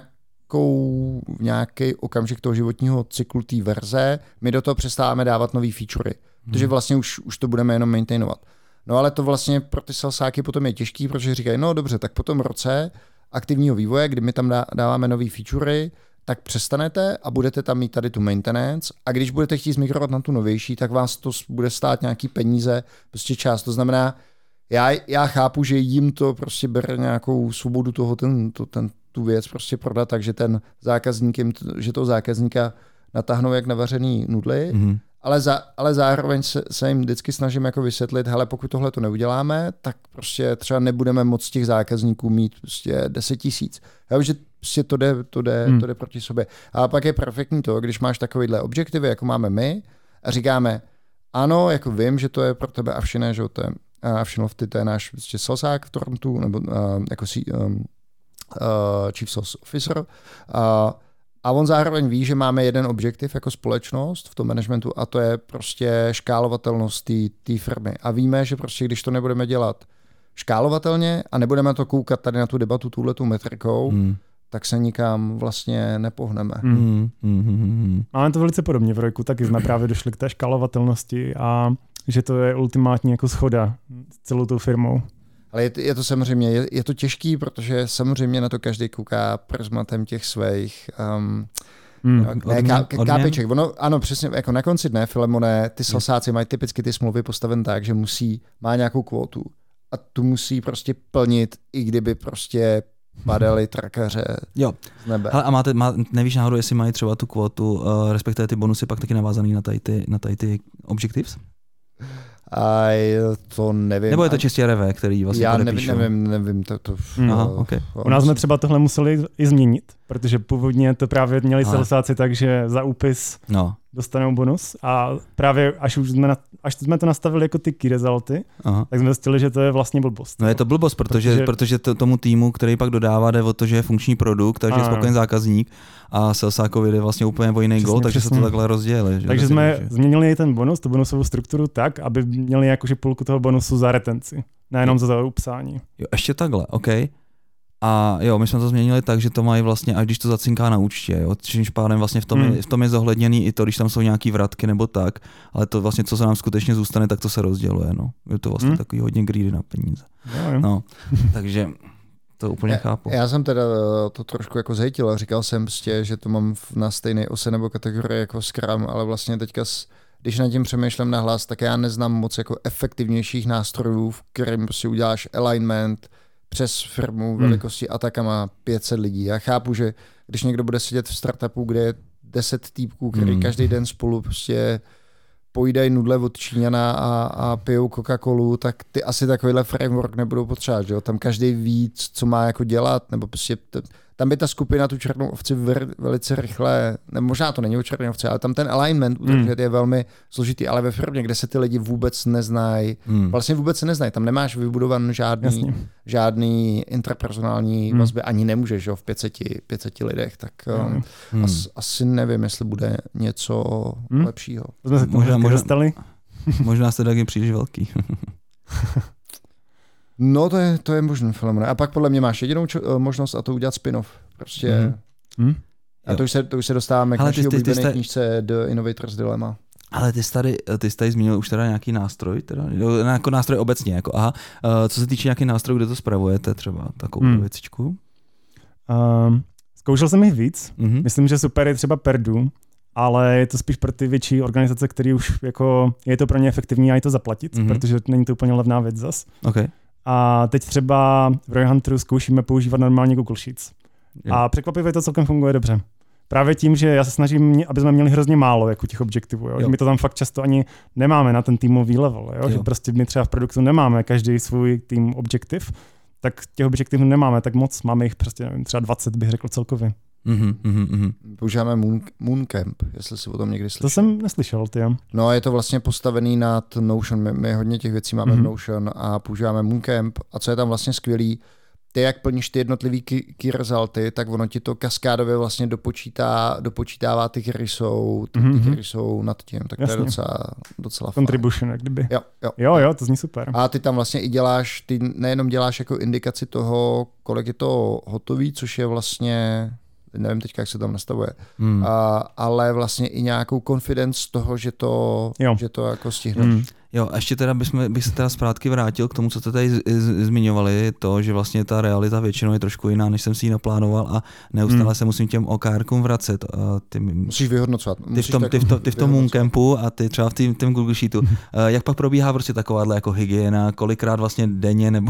nějaký okamžik toho životního cyklu té verze, my do toho přestáváme dávat nový featurey, protože vlastně už to budeme jenom maintainovat. No ale to vlastně pro ty salesáky potom je těžký, protože říkají, no dobře, tak po tom roce aktivního vývoje, kdy my tam dáváme nový featurey, tak přestanete a budete tam mít tady tu maintenance a když budete chtít zmigrovat na tu novější, tak vás to bude stát nějaký peníze, prostě čas. To znamená, já chápu, že jim to prostě bere nějakou svobodu toho tu věc prostě prodat, takže ten zákazník že toho zákazníka natáhnou jak navařený nudly, ale zároveň se jim vždycky snažím jako vysvětlit, hele, pokud tohle to neuděláme, tak prostě třeba nebudeme moc těch zákazníků mít prostě 10 000. Já že prostě to jde proti sobě. A pak je perfektní to, když máš takovýhle objektivy, jako máme my, a říkáme, ano, jako vím, že to je pro tebe Avšine, že to je Avšinovty, to je náš prostě salesák v Torontu, nebo jako Chief Sales Officer. A on zároveň ví, že máme jeden objektiv jako společnost v tom managementu a to je prostě škálovatelnost té firmy. A víme, že prostě když to nebudeme dělat škálovatelně a nebudeme to koukat tady na tu debatu tuhletou metrikou, tak se nikam vlastně nepohneme. Máme to velice podobně v Rojku, taky jsme právě došli k té škálovatelnosti a že to je ultimátní jako shoda s celou tou firmou. Ale je to samozřejmě, je to těžký, protože samozřejmě na to každý kouká prismatem těch svých kápiček. Ano, přesně, jako na konci dne, Filemone, ty salsáci mají typicky ty smlouvy postaven tak, že má nějakou kvótu a tu musí prostě plnit, i kdyby prostě padaly trakaře z nebe. Hele, a nevíš náhodou, jestli mají třeba tu kvótu, respektive ty bonusy pak taky navázaný na tady ty objectives? A to nevím. Nebo je to čistě revé, který vlastně já nevím. Aha, okay. U nás jsme třeba tohle museli i změnit, protože původně to právě měli salesáci tak, že za úpis dostanou bonus a právě až jsme to nastavili jako ty key resulty, tak jsme zjistili, že to je vlastně blbost. No je to blbost, protože tomu týmu, který pak dodává, jde o to, že je funkční produkt, takže je spokojený zákazník a salesákovi jde vlastně úplně o jiný goal, takže se to takhle rozdělili. Takže jsme změnili i ten bonus, tu bonusovou strukturu tak, aby měli jakože půlku toho bonusu za retenci, nejenom za upsání. Jo, ještě takhle, OK. A jo, my jsme to změnili tak, že to mají vlastně, až když to zacinká na účtě, jo, čímž pádem vlastně v tom je zohledněný i to, když tam jsou nějaký vratky nebo tak, ale to vlastně, co se nám skutečně zůstane, tak to se rozděluje, no. Je to vlastně takový hodně greedy na peníze. No, takže to úplně chápu. Já jsem teda to trošku jako zhejtil a říkal jsem prostě, že to mám na stejné ose nebo kategorii jako Scrum, ale vlastně teďka když nad tím přemýšlím nahlas, tak já neznám moc jako efektivnějších nástrojů, v kterým prostě uděláš alignment přes firmu velikosti Atacama 500 lidí. Já chápu, že když někdo bude sedět v startupu, kde je 10 týpků, který každý den spolu prostě pojídají nudle od Číňana a pijou Coca-Colu, tak ty asi takovýhle framework nebudou potřebovat, že jo? Tam každý ví, co má jako dělat, nebo prostě tam by ta skupina tu černou ovci velice rychle, nebo možná to není o černé ovci, ale tam ten alignment udržet je velmi složitý, ale ve firmě, kde se ty lidi vůbec neznají, vlastně vůbec se neznají, tam nemáš vybudovan žádný interpersonální vazby, ani nemůžeš, jo, v 500 lidech, tak asi nevím, jestli bude něco lepšího. Možná jste taky příliš velký. No to je možný film. A pak podle mě máš jedinou možnost a to udělat spin-off. Prostě. A to už se dostáváme k naší oblíbené knížce The Innovator's Dilemma. Ale ty jsi tady zmínil už teda nějaký nástroj, jako nástroj obecně, jako co se týče nějaký nástroj, kde to spravujete třeba takovou věcičku? Zkoušel jsem jich víc. Myslím, že super je třeba Perdu, ale je to spíš pro ty větší organizace, které už jako je to pro ně efektivní a je to zaplatit, protože není to úplně levná věc zas. Okay. A teď třeba v Roy Hunteru zkoušíme používat normálně Google Sheets. A překvapivě to celkem funguje dobře. Právě tím, že já se snažím, aby jsme měli hrozně málo jako těch objektivů. Jo? My to tam fakt často ani nemáme na ten týmový level. Jo? Že prostě my třeba v produktu nemáme každý svůj tým objektiv, tak těch objektivů nemáme tak moc. Máme jich prostě nevím, třeba 20, bych řekl celkově. Používáme Mooncamp, jestli si o tom někdy slyšel. To jsem neslyšel, ty. No, je to vlastně postavený nad Notion. My hodně těch věcí máme v Notion a používáme Mooncamp. A co je tam vlastně skvělý, ty jak plníš ty jednotlivý key resulty, tak ono ti to kaskádově vlastně dopočítává ty, které jsou nad tím. Tak to je docela fajn. Contribution, jak kdyby. Jo, to zní super. A ty tam vlastně i nejenom děláš jako indikaci toho, kolik je to hotový, což je vlastně nevím teďka, jak se tam nastavuje, ale vlastně i nějakou confidence z toho, že to jako stihneš. Jo, a ještě teda bych se teda zpátky vrátil k tomu, co jste tady zmiňovali, to, že vlastně ta realita většinou je trošku jiná, než jsem si ji naplánoval a neustále se musím těm OKRkům vracet. Musíš vyhodnocovat. Ty v tom Mooncampu a ty třeba v tom Google Sheetu. Jak pak probíhá prostě takováhle jako hygiena, kolikrát vlastně denně nebo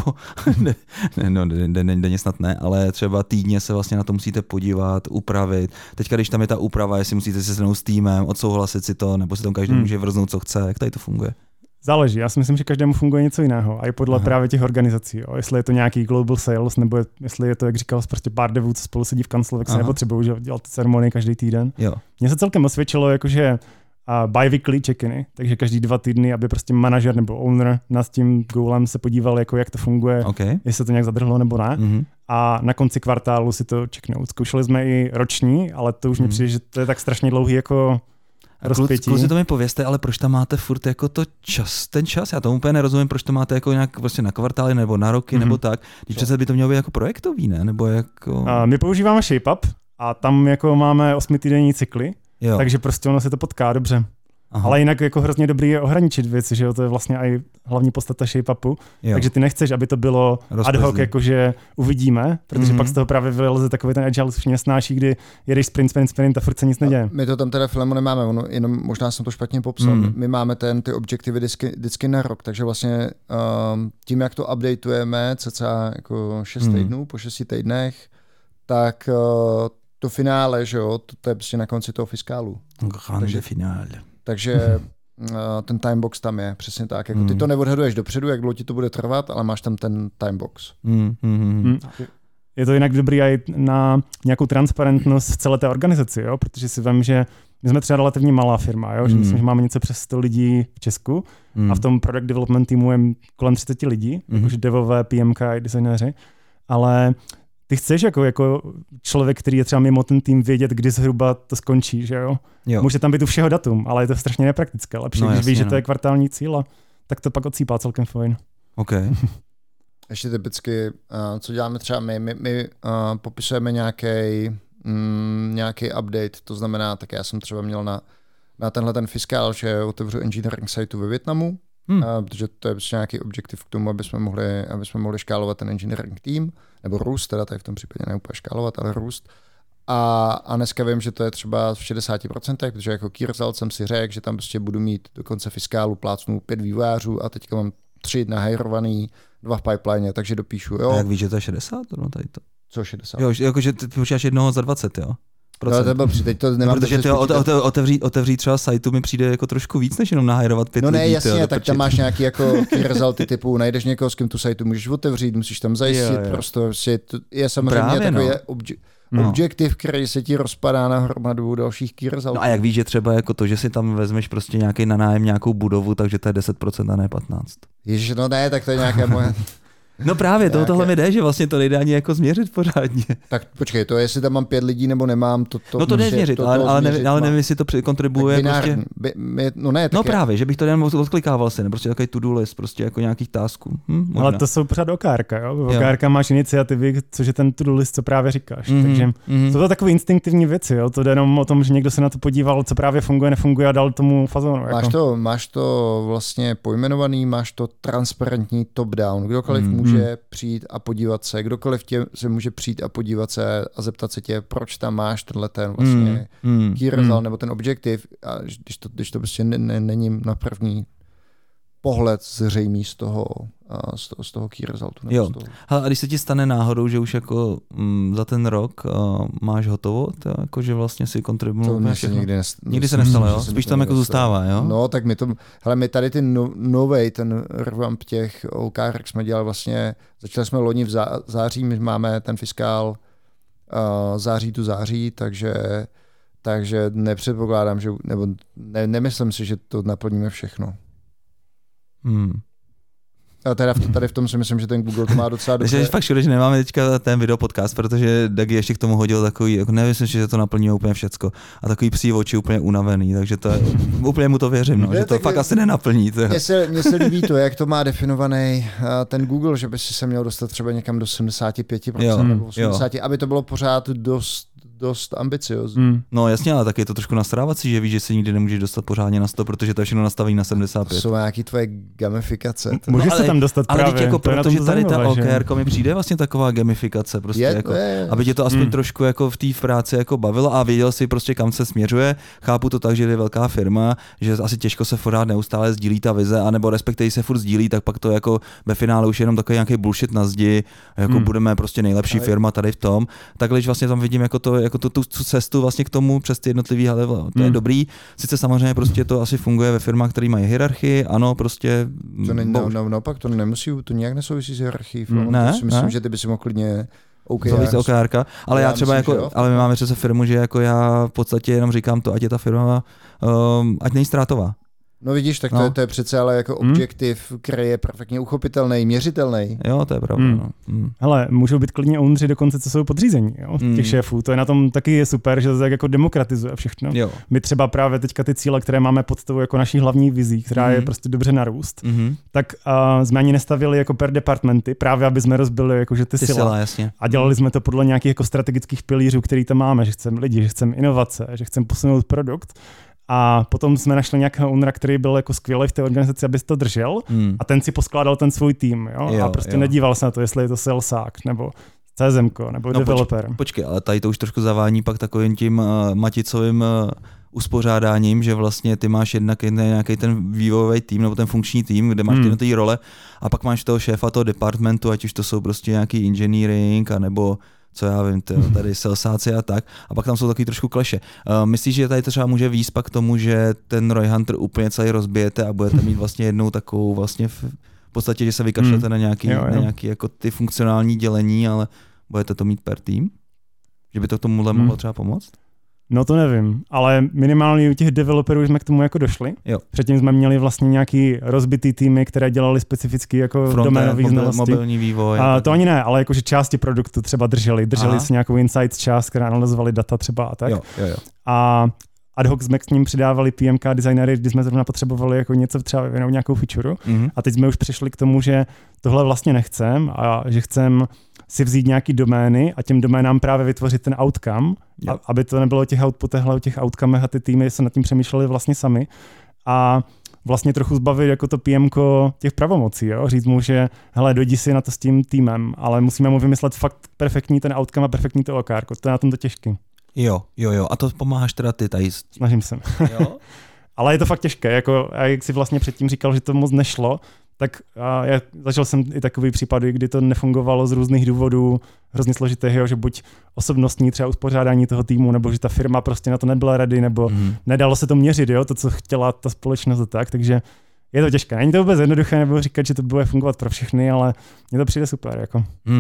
denně snad ne, ale třeba týdně se vlastně na to musíte podívat, upravit. Teďka, když tam je ta úprava, jestli musíte se sednout s týmem, odsouhlasit si to, nebo si tam každý může vrznout, co chce, jak tady to funguje? Záleží, já si myslím, že každému funguje něco jiného a i podle právě těch organizací. Jo. Jestli je to nějaký global sales, nebo jestli je to, jak říkal, prostě pár devů, co spolu sedí v kanclu, tak se nepotřebují dělat ty ceremonie každý týden. Jo. Mně se celkem osvědčilo, jakože bi-weekly check-iny, takže každý 2 týdny, aby prostě manažer nebo owner nad tím goalem se podíval, jako jak to funguje, jestli to nějak zadrhlo nebo ne. A na konci kvartálu si to checknout. Zkoušeli jsme i roční, ale to už mi přijde, že to je tak strašně dlouhý jako rozpětí. Kluci, to mi povězte, ale proč tam máte furt jako ten čas? Já tomu úplně nerozumím, proč to máte jako nějak vlastně na kvartály nebo na roky nebo tak. Když přece by to mělo být jako projektový, ne? Nebo jako... My používáme ShapeUp a tam jako máme 8týdenní cykly, takže prostě ono se to potká dobře. Aha. Ale jinak jako hrozně dobrý je ohraničit věci, že jo, to je vlastně i hlavní podstata ShapeUpu, takže ty nechceš, aby to bylo ad hoc, jakože uvidíme, protože pak z toho právě vyleze takový ten agile už nesnáší, kdy jedeš sprint a furt se nic neděje. My to tam teda Filemu nemáme, jenom možná jsem to špatně popsal, my máme ty objektivy vždycky na rok, takže vlastně tím, jak to updateujeme cca jako 6 týdnů, po 6 týdnech, tak to finále, že jo, to je prostě na konci toho fiskálu. Takže finále. Takže ten timebox tam je, přesně tak. Jako ty to neodhaduješ dopředu, jak dlouho ti to bude trvat, ale máš tam ten timebox. Je to jinak dobrý i na nějakou transparentnost v celé té organizaci, jo? Protože si vím, že my jsme třeba relativně malá firma, jo? Že myslím, že máme něco přes 100 lidí v Česku a v tom product development týmu je kolem 30 lidí, jakože devové, PMK i designéři, ale ty chceš jako člověk, který je třeba mimo ten tým, vědět, kdy zhruba to skončí, že jo? Může tam být u všeho datum, ale je to strašně nepraktické. Lepší, když víš, že to je kvartální cíl, tak to pak odsýpá celkem fajn. OK. Ještě typicky, co děláme třeba my popisujeme nějaký update, to znamená, tak já jsem třeba měl na tenhle ten fiskál, že otevřu engineering siteu ve Vietnamu, protože to je prostě nějaký objektiv k tomu, aby jsme mohli škálovat ten engineering tým, nebo růst, teda tady v tom případě ne úplně škálovat, ale růst. A dneska vím, že to je třeba v 60%, protože jako key result jsem si řekl, že tam prostě budu mít do konce fiskálu plácnu 5 vývojářů a teďka mám 3 nahajrovaný, 2 v pipeline, takže dopíšu. Jo. A jak víš, že to je 60? No, tady to. Co 60? Jo, jakože ty počítáš jednoho za 20, jo? No, teď to nemám. Protože otevřít třeba sajtu mi přijde jako trošku víc, než jenom nahajrovat 5 lidí. No ne, jasně, tak tam máš nějaký jako key resulty typu, najdeš někoho, s kým tu sajtu můžeš otevřít, musíš tam zajistit, prostě je samozřejmě takový objektiv, který se ti rozpadá na hromadu dalších key resultů. No a jak víš, že třeba jako to, že si tam vezmeš prostě nějaký na nájem nějakou budovu, takže to je 10% a ne 15%. Ježiš, no ne, tak to je nějaké moje... No právě, tohle mi jde, že vlastně to nejde ani jako změřit pořádně. Tak počkej, to jestli tam mám 5 lidí nebo nemám, to no to jde změřit, ale nevím, jestli to kontribuuje prostě... No právě, že bych to jen odklikával si, prostě takový to-do list, prostě jako nějakých tasků. Ale to jsou pořád okárka, jo? V okárka máš iniciativy, což je ten to-do list, co právě říkáš. Takže jsou to takové instinktivní věci, jo? To jde jenom o tom, že někdo se na to podíval, co právě funguje, nefunguje a dal tomu fazonu. Jako. Máš to vlastně pojmenovaný, máš to transparentní top-down, kdokoliv může přijít a podívat se, kdokoliv se může přijít a podívat se a zeptat se tě, proč tam máš tenhle ten vlastně key result nebo ten objektiv, a když to prostě není na první pohled zřejmý z toho key resultu. Jo. A když se ti stane náhodou, že už jako za ten rok máš hotovo, to jako, že vlastně si kontribuuješ. Nikdy se nestalo, jo? Spíš tam jako zůstává, jo? No, tak my tady ten revamp těch OKR, jak jsme dělali vlastně, začali jsme loni v září, my máme ten fiskál září tu září, takže nepředpokládám, že, nebo nemyslím si, že to naplníme všechno. A teda tady v tom si myslím, že ten Google to má docela dobře. Takže fakt škoda, že nemáme teďka ten videopodcast, protože Dagi ještě k tomu hodil takový, jako nemyslím, že to naplní úplně všecko. A takový psí oči úplně unavený, takže to je, úplně mu to věřím, no, že to fakt asi nenaplní. Mně se líbí to, jak to má definovaný ten Google, že by si se měl dostat třeba někam do 75% nebo 80%, aby to bylo pořád dost ambiciozní. No jasně, ale tak je to trošku nastrávací, že víš, že se nikdy nemůžeš dostat pořádně na 100, protože to je všechno nastaví na 75. Jsou nějaký tvoje gamifikace. Můžeš se tam dostat ale právě. Jako protože tady ta zajímavé, OKR mi přijde vlastně taková gamifikace, prostě je. aby tě to aspoň trošku jako v té práci jako bavilo a věděl si prostě kam se směřuje. Chápu to tak, že je velká firma, že asi těžko se pořád neustále sdílí ta vize, anebo respektive se furt sdílí, tak pak to jako ve finále už je jenom takový nějaký bullshit na zdi, jako budeme prostě nejlepší firma tady v tom. Takhle vlastně tam vidím jako tu cestu vlastně k tomu přes ty jednotlivý, ale to je dobrý. Sice samozřejmě prostě to asi funguje ve firmách, které mají hierarchii, ano, prostě. To naopak to nemusí, to nějak nesouvisí s hierarchií. Ne, to si myslím, že ty by si mohl klidně OKR, ale já třeba myslím, jako, ale my máme přece firmu, že jako já v podstatě jenom říkám to, ať je ta firma, ať není ztrátová. No vidíš, tak to je přece ale jako objektiv, který je perfektně uchopitelný, měřitelný. Jo, to je pravda. No. Hele, můžou být klidně ownři dokonce, co jsou podřízení, jo, těch šéfů. To je na tom taky je super, že to tak jako demokratizuje všechno. Jo. My třeba právě teďka ty cíle, které máme pod tou jako naší hlavní vizí, která je prostě dobře narůst, tak jsme ani nestavili jako per departmenty, právě aby jsme rozbili jakože ty sila. Jasně. A dělali jsme to podle nějakých jako strategických pilířů, který tam máme, že chceme lidi, že chceme inovace, že chceme posunout produkt. A potom jsme našli nějakého ownera, který byl jako skvělý v té organizaci, aby to držel a ten si poskládal ten svůj tým, jo? A prostě nedíval se na to, jestli je to salesák nebo CSMko nebo developer. Počkej, ale tady to už trošku zavání pak takovým tím maticovým uspořádáním, že vlastně ty máš jednak nějaký ten vývojový tým nebo ten funkční tým, kde máš ty role a pak máš toho šéfa toho departmentu, ať už to jsou prostě nějaký engineering a nebo co já vím, tady salesáci a tak. A pak tam jsou takový trošku kleše. Myslíš, že tady to třeba může výjít pak k tomu, že ten Roy Hunter úplně celý rozbijete a budete mít vlastně jednou takovou vlastně v podstatě, že se vykašlete na nějaký jako ty funkcionální dělení, ale budete to mít per tým? Že by to k tomuhle mohlo třeba pomoct? No to nevím, ale minimálně u těch developerů jsme k tomu jako došli. Jo. Předtím jsme měli vlastně nějaký rozbitý týmy, které dělali specificky jako doménový znalosti. Mobilní vývoj. A to ani ne, ale jakože části produktu třeba drželi si nějakou insights část, která analyzovali data třeba a tak. Jo. A ad hoc jsme k ním přidávali PMK designery, když jsme zrovna potřebovali jako něco třeba vyvinout nějakou feature. A teď jsme už přišli k tomu, že tohle vlastně nechcem a že chcem si vzít nějaký domény a těm doménám právě vytvořit ten outcome, aby to nebylo o těch outputech, ale o těch outcomech a ty týmy se nad tím přemýšleli vlastně sami. A vlastně trochu zbavit jako to PMko těch pravomocí, jo? Říct mu, že hele, dojdi si na to s tím týmem, ale musíme mu vymyslet fakt perfektní ten outcome a perfektní to OKR, to je na tom to těžký. Jo. A to pomáháš teda ty tady. Snažím se. Jo? Ale je to fakt těžké, jako jak si vlastně předtím říkal, že to moc nešlo, tak já zažil jsem i takový případy, kdy to nefungovalo z různých důvodů, hrozně složitého, že buď osobnostní třeba uspořádání toho týmu, nebo že ta firma prostě na to nebyla ready, nebo nedalo se to měřit, jo, to, co chtěla ta společnost a tak, takže je to těžké. Není to vůbec jednoduché, nebo říkat, že to bude fungovat pro všechny, ale mně to přijde super, jako.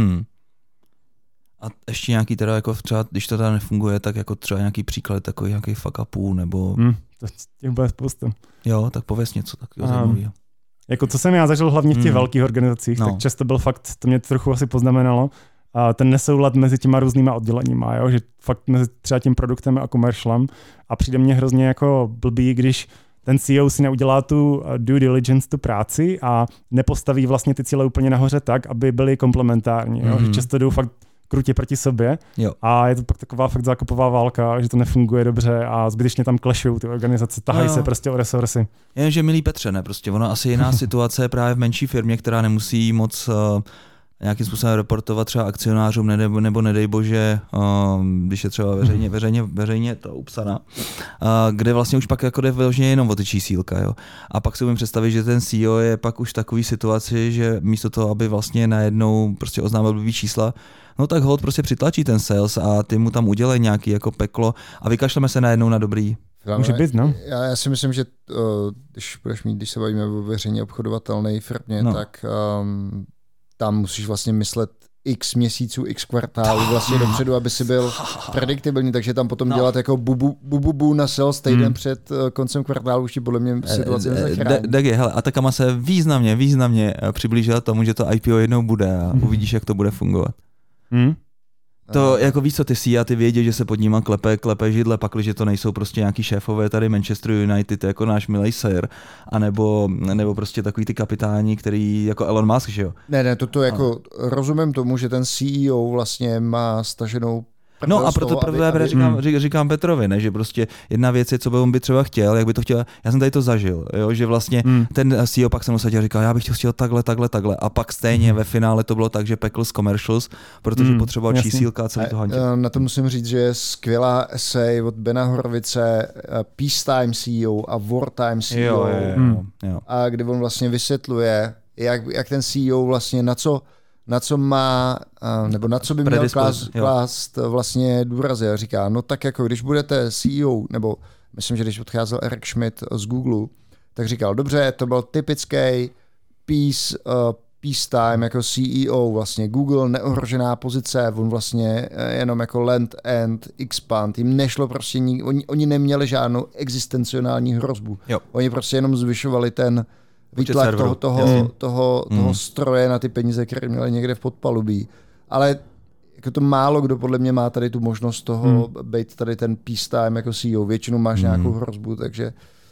A ještě nějaký teda, jako třeba, když to teda nefunguje, tak jako třeba nějaký příklad, takový nějaký fuck upů, nebo... To těch bude spoustu. Jo, tak pověz něco takového zajímavého. Jako co jsem já zažil hlavně v těch velkých organizacích, tak často byl fakt, to mě trochu asi poznamenalo, ten nesoulad mezi těma různýma odděleníma, jo? Že fakt mezi třeba tím produktem a commercialem a přijde mně hrozně jako blbý, když ten CEO si neudělá tu due diligence, tu práci a nepostaví vlastně ty cíle úplně nahoře tak, aby byly komplementární. Jo? Že často jdou fakt krutě proti sobě a je to pak taková fakt zákupová válka, že to nefunguje dobře a zbytečně tam clashujou ty organizace, tahají se prostě o resursy. Jenže milý Petře, ne, prostě ono asi jiná situace je právě v menší firmě, která nemusí moc nějakým způsobem reportovat třeba akcionářům, nebo nedej bože, když je třeba veřejně to upsaná, kde vlastně už pak jako jde vyloženě jenom o ty čísílka, jo. A pak si umím představit, že ten CEO je pak už v takové situaci, že místo toho, aby vlastně najednou prostě oznámil blbý čísla, no tak holt prostě přitlačí ten sales a ty mu tam udělají nějaký jako peklo a vykašleme se najednou na dobrý. Může být, no. Já si myslím, že když se bavíme o veřejně obchodovatelné firmě, tak tam musíš vlastně myslet x měsíců, x kvartálů vlastně dopředu, aby si byl prediktibilní, takže tam potom dělat jako bu na sales týden před koncem kvartálu už ti podle mě situace nezachrání. Hele, a Takama se významně přiblížila tomu, že to IPO jednou bude a uvidíš, jak to bude fungovat. To jako víš co, ty CIA, ty vědí, že se pod nima klepe židle, pakliže to nejsou prostě nějaký šéfové tady Manchester United, jako náš milej Sir, anebo prostě takový ty kapitáni, který jako Elon Musk, že jo? Ne, toto jako rozumím tomu, že ten CEO vlastně má staženou No a proto právě říkám Petrovi, ne, že prostě jedna věc je, co by on by třeba chtěl, jak by to chtěl, já jsem tady to zažil, jo, že vlastně ten CEO pak se mu seděl a říkal, já bych to chtěl takhle a pak stejně ve finále to bylo tak, že pekl z commercials, protože potřeboval čísílka a celý to hantil. Na to musím říct, že je skvělá essay od Bena Horovice, Peacetime CEO a Wartime CEO, jo. a kdy on vlastně vysvětluje, jak ten CEO vlastně na co má, nebo na co by měl klást vlastně důrazy. A říká, no tak jako když budete CEO, nebo myslím, že když odcházel Eric Schmidt z Google, tak říkal, dobře, to byl typický peacetime jako CEO, vlastně Google neohrožená pozice, on vlastně jenom jako land and expand, jim nešlo prostě, oni neměli žádnou existenciální hrozbu. Jo. Oni prostě jenom zvyšovali ten výtlak toho stroje na ty peníze, které měli někde v podpalubí. Ale jako to málo kdo podle mě má tady tu možnost toho být tady ten peacetime jako CEO. Většinou máš nějakou hrozbu, takže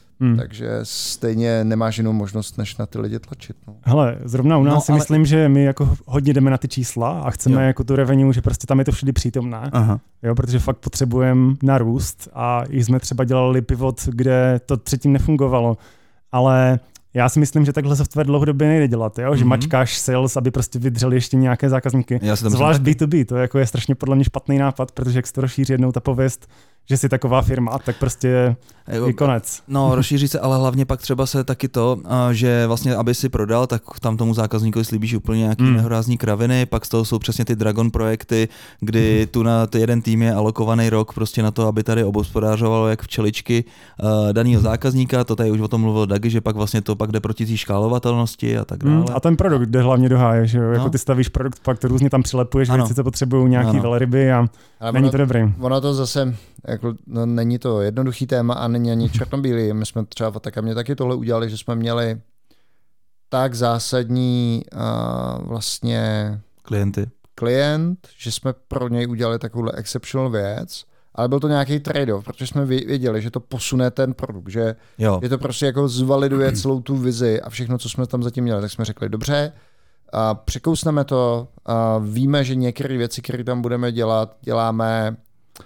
stejně nemáš jinou možnost, než na ty lidi tlačit. No. Hele, zrovna u nás si myslím, že my jako hodně jdeme na ty čísla a chceme jako tu revenue, že prostě tam je to všudy přítomné. Jo, protože fakt potřebujeme narůst a i jsme třeba dělali pivot, kde to předtím nefungovalo. Ale já si myslím, že takhle software dlouhodobě nejde dělat, jo? Že mačkáš sales, aby prostě vydřel ještě nějaké zákazníky. Zvlášť B2B, to je strašně podle mě špatný nápad, protože jak se to rozšíří jednou ta pověst, že jsi taková firma, tak prostě je konec. No, rozšíří se, ale hlavně pak třeba se taky to, že vlastně, aby si prodal, tak tam tomu zákazníkovi slíbíš úplně nějaký nehorázní kraviny, pak z toho jsou přesně ty Dragon projekty, kdy tu na jeden tým je alokovaný rok prostě na to, aby tady obhospodářovalo jak včeličky danýho zákazníka, to tady už o tom mluvil Dagi, že pak vlastně to pak jde proti té škálovatelnosti a tak dále. A ten produkt jde hlavně do háje, že jo? Jako ty stavíš produkt, pak to různě tam přilepuješ, věci, co potřebují nějaký velryby a není to dobrý. Ono to zase jako, není to jednoduchý téma a není ani černobílý. My jsme třeba v Atakamě taky tohle udělali, že jsme měli tak zásadní vlastně klient, že jsme pro něj udělali takovou exceptional věc, ale byl to nějaký trade-off, protože jsme věděli, že to posune ten produkt, že to prostě jako zvaliduje celou tu vizi a všechno, co jsme tam zatím měli. Tak jsme řekli, dobře, překousneme to, víme, že některé věci, které tam budeme dělat, děláme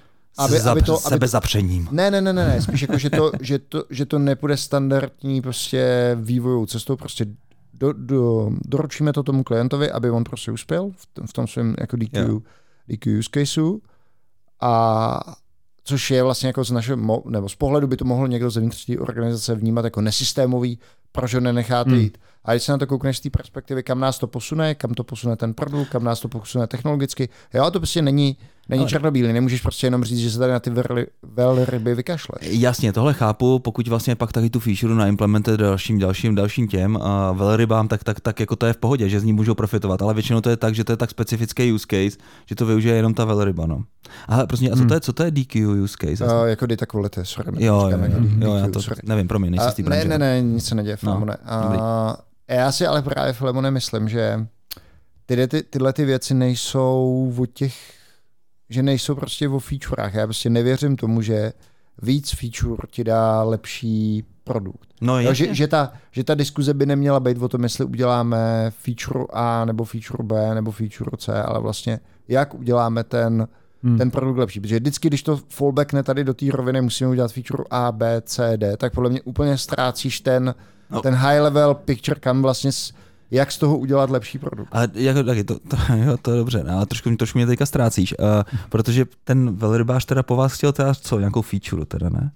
sebezapřením. Ne, spíš jako, že to nepůjde standardní prostě vývojovou cestou, prostě doručíme to tomu klientovi, aby on prostě uspěl v tom svém jako DQ use caseu, a což je vlastně jako z pohledu by to mohl někdo zevnitř té organizace vnímat jako nesystémový, proč ho nenecháte jít. A když se na to koukneš z té perspektivy, kam nás to posune, kam to posune ten produkt, kam nás to posune technologicky, jo, to prostě není černobílý, nemůžeš prostě jenom říct, že se tady na ty velryby vykašleš. Jasně, tohle chápu, pokud vlastně pak taky tu feature naimplementuje dalším těm velrybám, tak jako to je v pohodě, že z ní můžou profitovat, ale většinou to je tak, že to je tak specifický use case, že to využije jenom ta velryba, no. Ale prostě, co to je DQ use case? Jako data quality, sorry. Jo, já to nevím, promiň, nejsi z té branže. Ne, nic se neděje, Filemone. Já si ale právě, Filemone, myslím, že tyhle ty věci nejsou že nejsou prostě o featurách. Já prostě nevěřím tomu, že víc feature ti dá lepší produkt. No, že ta diskuze by neměla být o tom, jestli uděláme feature A, nebo feature B, nebo feature C, ale vlastně jak uděláme ten produkt lepší. Protože vždycky, když to fallbackne tady do té roviny, musíme udělat feature A, B, C, D, tak podle mě úplně ztrácíš ten high level picture, kam vlastně jak z toho udělat lepší produkt. A jako taky, to je dobře, ale trošku mě teďka ztrácíš, protože ten velrybář teda po vás chtěl teda co, nějakou feature teda, ne?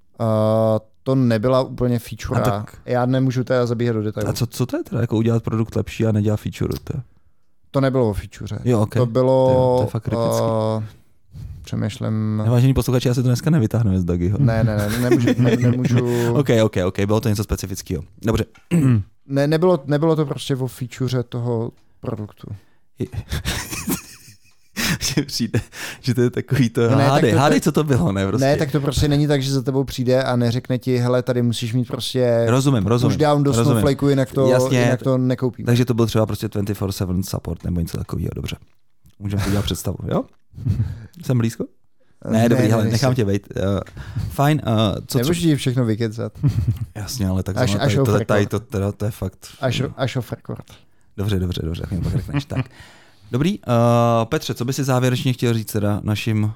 To nebyla úplně feature. Já nemůžu teda zabíhat do detailů. A co to je teda, jako udělat produkt lepší a nedělat feature? To nebylo o feature. Jo, okay. To bylo... To je fakt kritický. Přemýšlím... Vážení posluchači, já si to dneska nevytáhneme z Dagiho. Ne, nemůžu. OK, bylo to něco specifického. Dobře. Ne, nebylo to prostě o feature toho produktu. Že přijde, že to je takový to, hádej, co to bylo, ne? Prostě. Ne, tak to prostě není tak, že za tebou přijde a neřekne ti, hele, tady musíš mít prostě rozumím. pushdown do Snowflakeu, jinak to nekoupíme. Takže to byl třeba prostě 24/7 support nebo něco takového, dobře. Můžeme si dělat představu, jo? Jsem blízko? Ne, dobrý, hele, nechám tě bejt. Fajn. Nemůžu ti všechno vykecat. Jasně, ale tak to je fakt... Až off record. Dobře, jak mi pak řekneš. Tak. Dobrý. Petře, co by si závěrečně chtěl říct teda našim...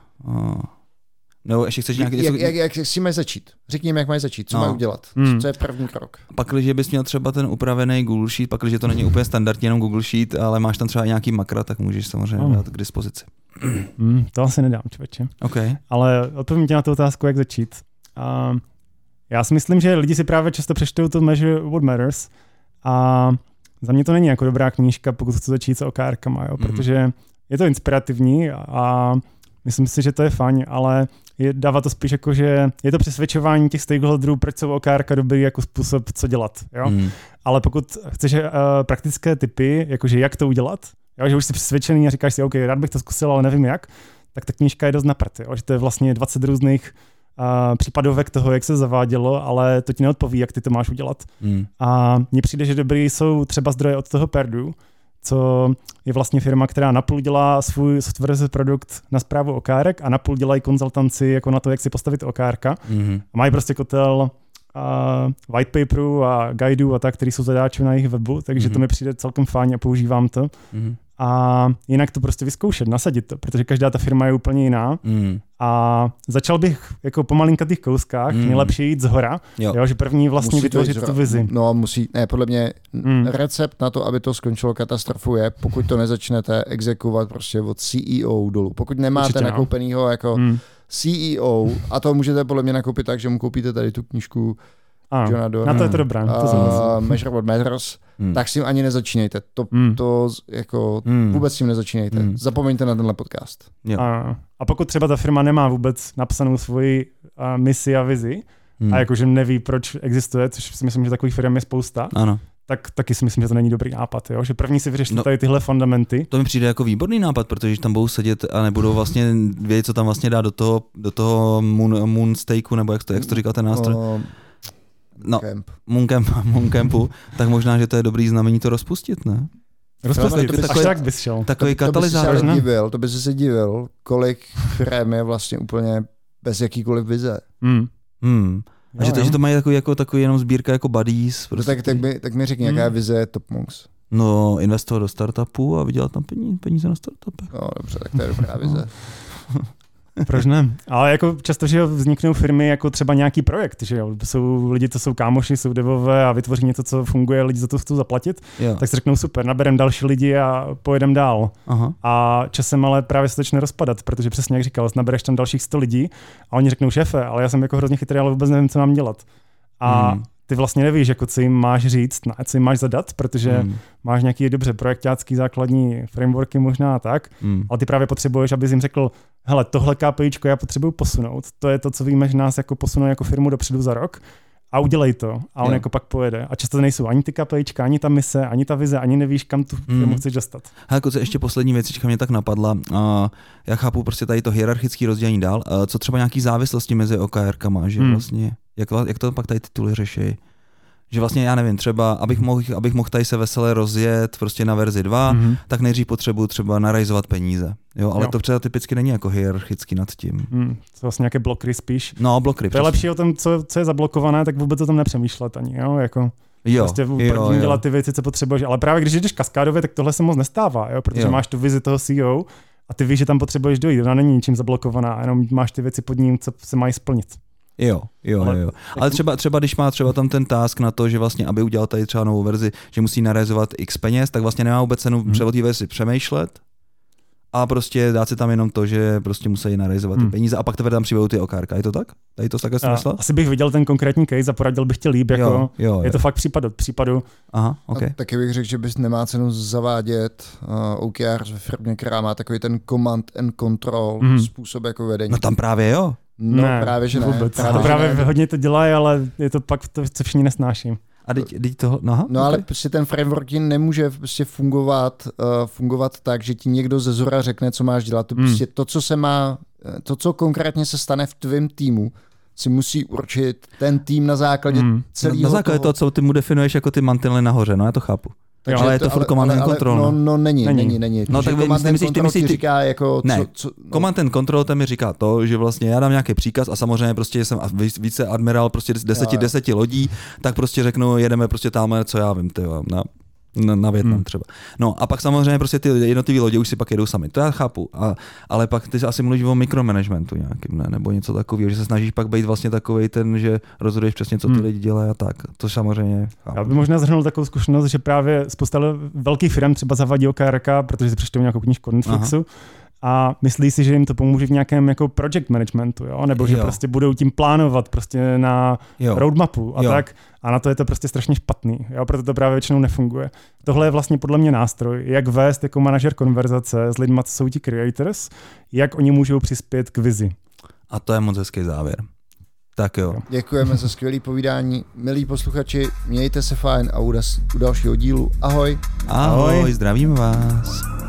Nebo ještě chceš nějaký... Jak si mají začít? Řekni jim, jak mají začít, co mají udělat. Co je první krok? Pak, když bys měl třeba ten upravený Google Sheet, pak, když to není úplně standardně jenom Google Sheet, ale máš tam třeba nějaký makra, tak můžeš samozřejmě dát k dispozici. To asi nedám, člověče. Okay. Ale odpovím tě na tu otázku, jak začít. Já si myslím, že lidi si právě často přečtou to Measure What Matters a za mě to není jako dobrá knížka, pokud chci začít s OKRkama, jo, protože je to inspirativní a myslím si, že to je fajn, ale dává to spíš jako, že je to přesvědčování těch stakeholderů, proč jsou OKRka dobrý jako způsob, co dělat. Jo? Ale pokud chceš praktické tipy, jakože jak to udělat, jo, že už jsi přesvědčený a říkáš si, OK, rád bych to zkusil, ale nevím jak, tak ta knížka je dost na prd, že to je vlastně 20 různých případovek toho, jak se zavádělo, ale to ti neodpoví, jak ty to máš udělat. A mně přijde, že dobrý jsou třeba zdroje od toho Purdue, co je vlastně firma, která napůl dělá svůj software as a produkt na správu OKRek a napůl dělají konzultanci jako na to, jak si postavit OKRka. A mají prostě kotel white paperu a guideů a tak, který jsou zadáčů na jejich webu, takže to mi přijde celkem fajn a používám to. A jinak to prostě vyzkoušet, nasadit to, protože každá ta firma je úplně jiná. A začal bych jako po malinkatých kouskách, nejlepší jít zhora, jo, že první vlastně musí vytvořit tu vizi. No podle mě recept na to, aby to skončilo katastrofou je, pokud to nezačnete exekovat prostě od CEO dolů. Pokud nemáte určitě, nakoupenýho jako CEO, a to můžete podle mě nakoupit tak, že mu koupíte tady tu knížku Johna Doerna, na to je to dobré. Measure What Matters, tak s tím ani nezačínejte. To jako vůbec s tím nezačínejte. Zapomeňte na tenhle podcast. A pokud třeba ta firma nemá vůbec napsanou svoji misi a vizi, a jakože neví, proč existuje, což si myslím, že takových firm je spousta, tak taky si myslím, že to není dobrý nápad, jo? Že první si vyřešit tady tyhle fundamenty. To mi přijde jako výborný nápad, protože tam budou sedět a nebudou vlastně vědět, co tam vlastně dá do toho moonsteaku, nebo jak to říká ten nástroj. Mooncampu, tak možná, že to je dobrý znamení to rozpustit, ne? Tak bys šel. Takový katalyzátor. To by si se divil, kolik firem je vlastně úplně bez jakýkoliv vize. A že to mají takový jenom sbírka jako buddies. Prostě tak mi řekni, jaká je vize Top Monks. No, investovat do startupů a vydělat tam peníze na startupech. No dobře, tak to je dobrá vize. Proč ne? Ale jako často, že vzniknou firmy jako třeba nějaký projekt, že jo, jsou lidi, co jsou kámoši, jsou devové a vytvoří něco, co funguje, lidi za to chcou zaplatit, tak si řeknou super, naberem další lidi a pojedem dál. A časem ale právě se začne rozpadat, protože přesně jak říkal, nabereš tam dalších 100 lidí a oni řeknou šéfe, ale já jsem jako hrozně chytrý, ale vůbec nevím, co mám dělat. A ty vlastně nevíš, jako co jim máš říct, co jim máš zadat, protože máš nějaký dobře projektácký základní frameworky možná a tak, ale ty právě potřebuješ, abys jim řekl, hele, tohle KPIčko já potřebuju posunout, to je to, co víme, že nás jako posune jako firmu dopředu za rok a udělej to a on jako pak pojede. A často nejsou ani ty KPIčka, ani ta mise, ani ta vize, ani nevíš, kam tu firmu chceš dostat. Hele, ještě poslední věcička mě tak napadla. Já chápu prostě tady to hierarchické rozdělení dál. Co třeba nějaký závislosti mezi OKRkama, že vlastně, jak to pak tady tituly řeší? Že vlastně, já nevím, třeba, abych mohl tady se veselé rozjet prostě na verzi 2, tak nejdřív potřebuji třeba narajzovat peníze. Jo, ale to třeba typicky není jako hierarchicky nad tím. To vlastně nějaké blokry spíš. No, blokry. To je lepší o tom, co je zablokované, tak vůbec o tom nepřemýšlet ani, jo, jako. Prostě první dělat ty věci, co potřebuješ. Ale právě když jdeš kaskádově, tak tohle se moc nestává, jo, protože máš tu vizi toho CEO a ty víš, že tam potřebuješ dojít. Ona není ničím zablokovaná, jenom máš ty věci pod ním, co se mají splnit. Jo. Ale třeba když má třeba tam ten task na to, že vlastně, aby udělal tady třeba novou verzi, že musí narealizovat x peněz, tak vlastně nemá vůbec cenu o té verzi přemýšlet a prostě dát si tam jenom to, že prostě musí narealizovat ty peníze a pak teprve tam přibydou ty OKRka. Je to tak? Tady to takhle smysl? Asi bych viděl ten konkrétní case a poradil bych tě líp, jako je to fakt případ od případu. Aha, okay. Taky bych řekl, že bys nemá cenu zavádět OKR ve firmě, která má takový ten command and control způsob jako vedení. No tam právě jo. No ne, právě že vůbec. Ne. Právě hodně to dělají, ale je to pak to, co všichni nesnáším. A teď toho, ale prostě ten framework ti nemůže prostě fungovat tak, že ti někdo ze zhora řekne, co máš dělat. To prostě to, co konkrétně se stane v tvém týmu, si musí určit ten tým na základě celého. Na základě toho, co ty mu definuješ jako ty mantinely nahoře, no já to chápu. Takže ale je to furt command and control. No není. No tak myslíš, říká jako... Command and control mi říká to, že vlastně já dám nějaký příkaz a samozřejmě prostě jsem více admirál prostě 10 lodí, tak prostě řeknu, jedeme prostě tam, co já vím, no. na Vietnam třeba. No a pak samozřejmě prostě ty jednotlivé lodě už si pak jedou sami, to já chápu, ale pak ty asi mluvíš o mikromanagementu nějakým, ne? Nebo něco takového, že se snažíš pak být vlastně takovej ten, že rozhoduješ přesně, co ty lidi dělají a tak, to samozřejmě chápu. Já bych možná zhrnul takovou zkušenost, že právě spousta velkých firm třeba zavadí OKRK, protože si přečtou nějakou knížku od Netflixu, a myslí si, že jim to pomůže v nějakém jako project managementu, jo? Nebo že prostě budou tím plánovat prostě na roadmapu a tak. A na to je to prostě strašně špatný, jo? Proto to právě většinou nefunguje. Tohle je vlastně podle mě nástroj, jak vést jako manažer konverzace s lidmi, co jsou ti creators, jak oni můžou přispět k vizi. A to je moc hezký závěr. Tak jo. Děkujeme za skvělé povídání. Milí posluchači, mějte se fajn a u dalšího dílu. Ahoj. Ahoj, zdravím vás.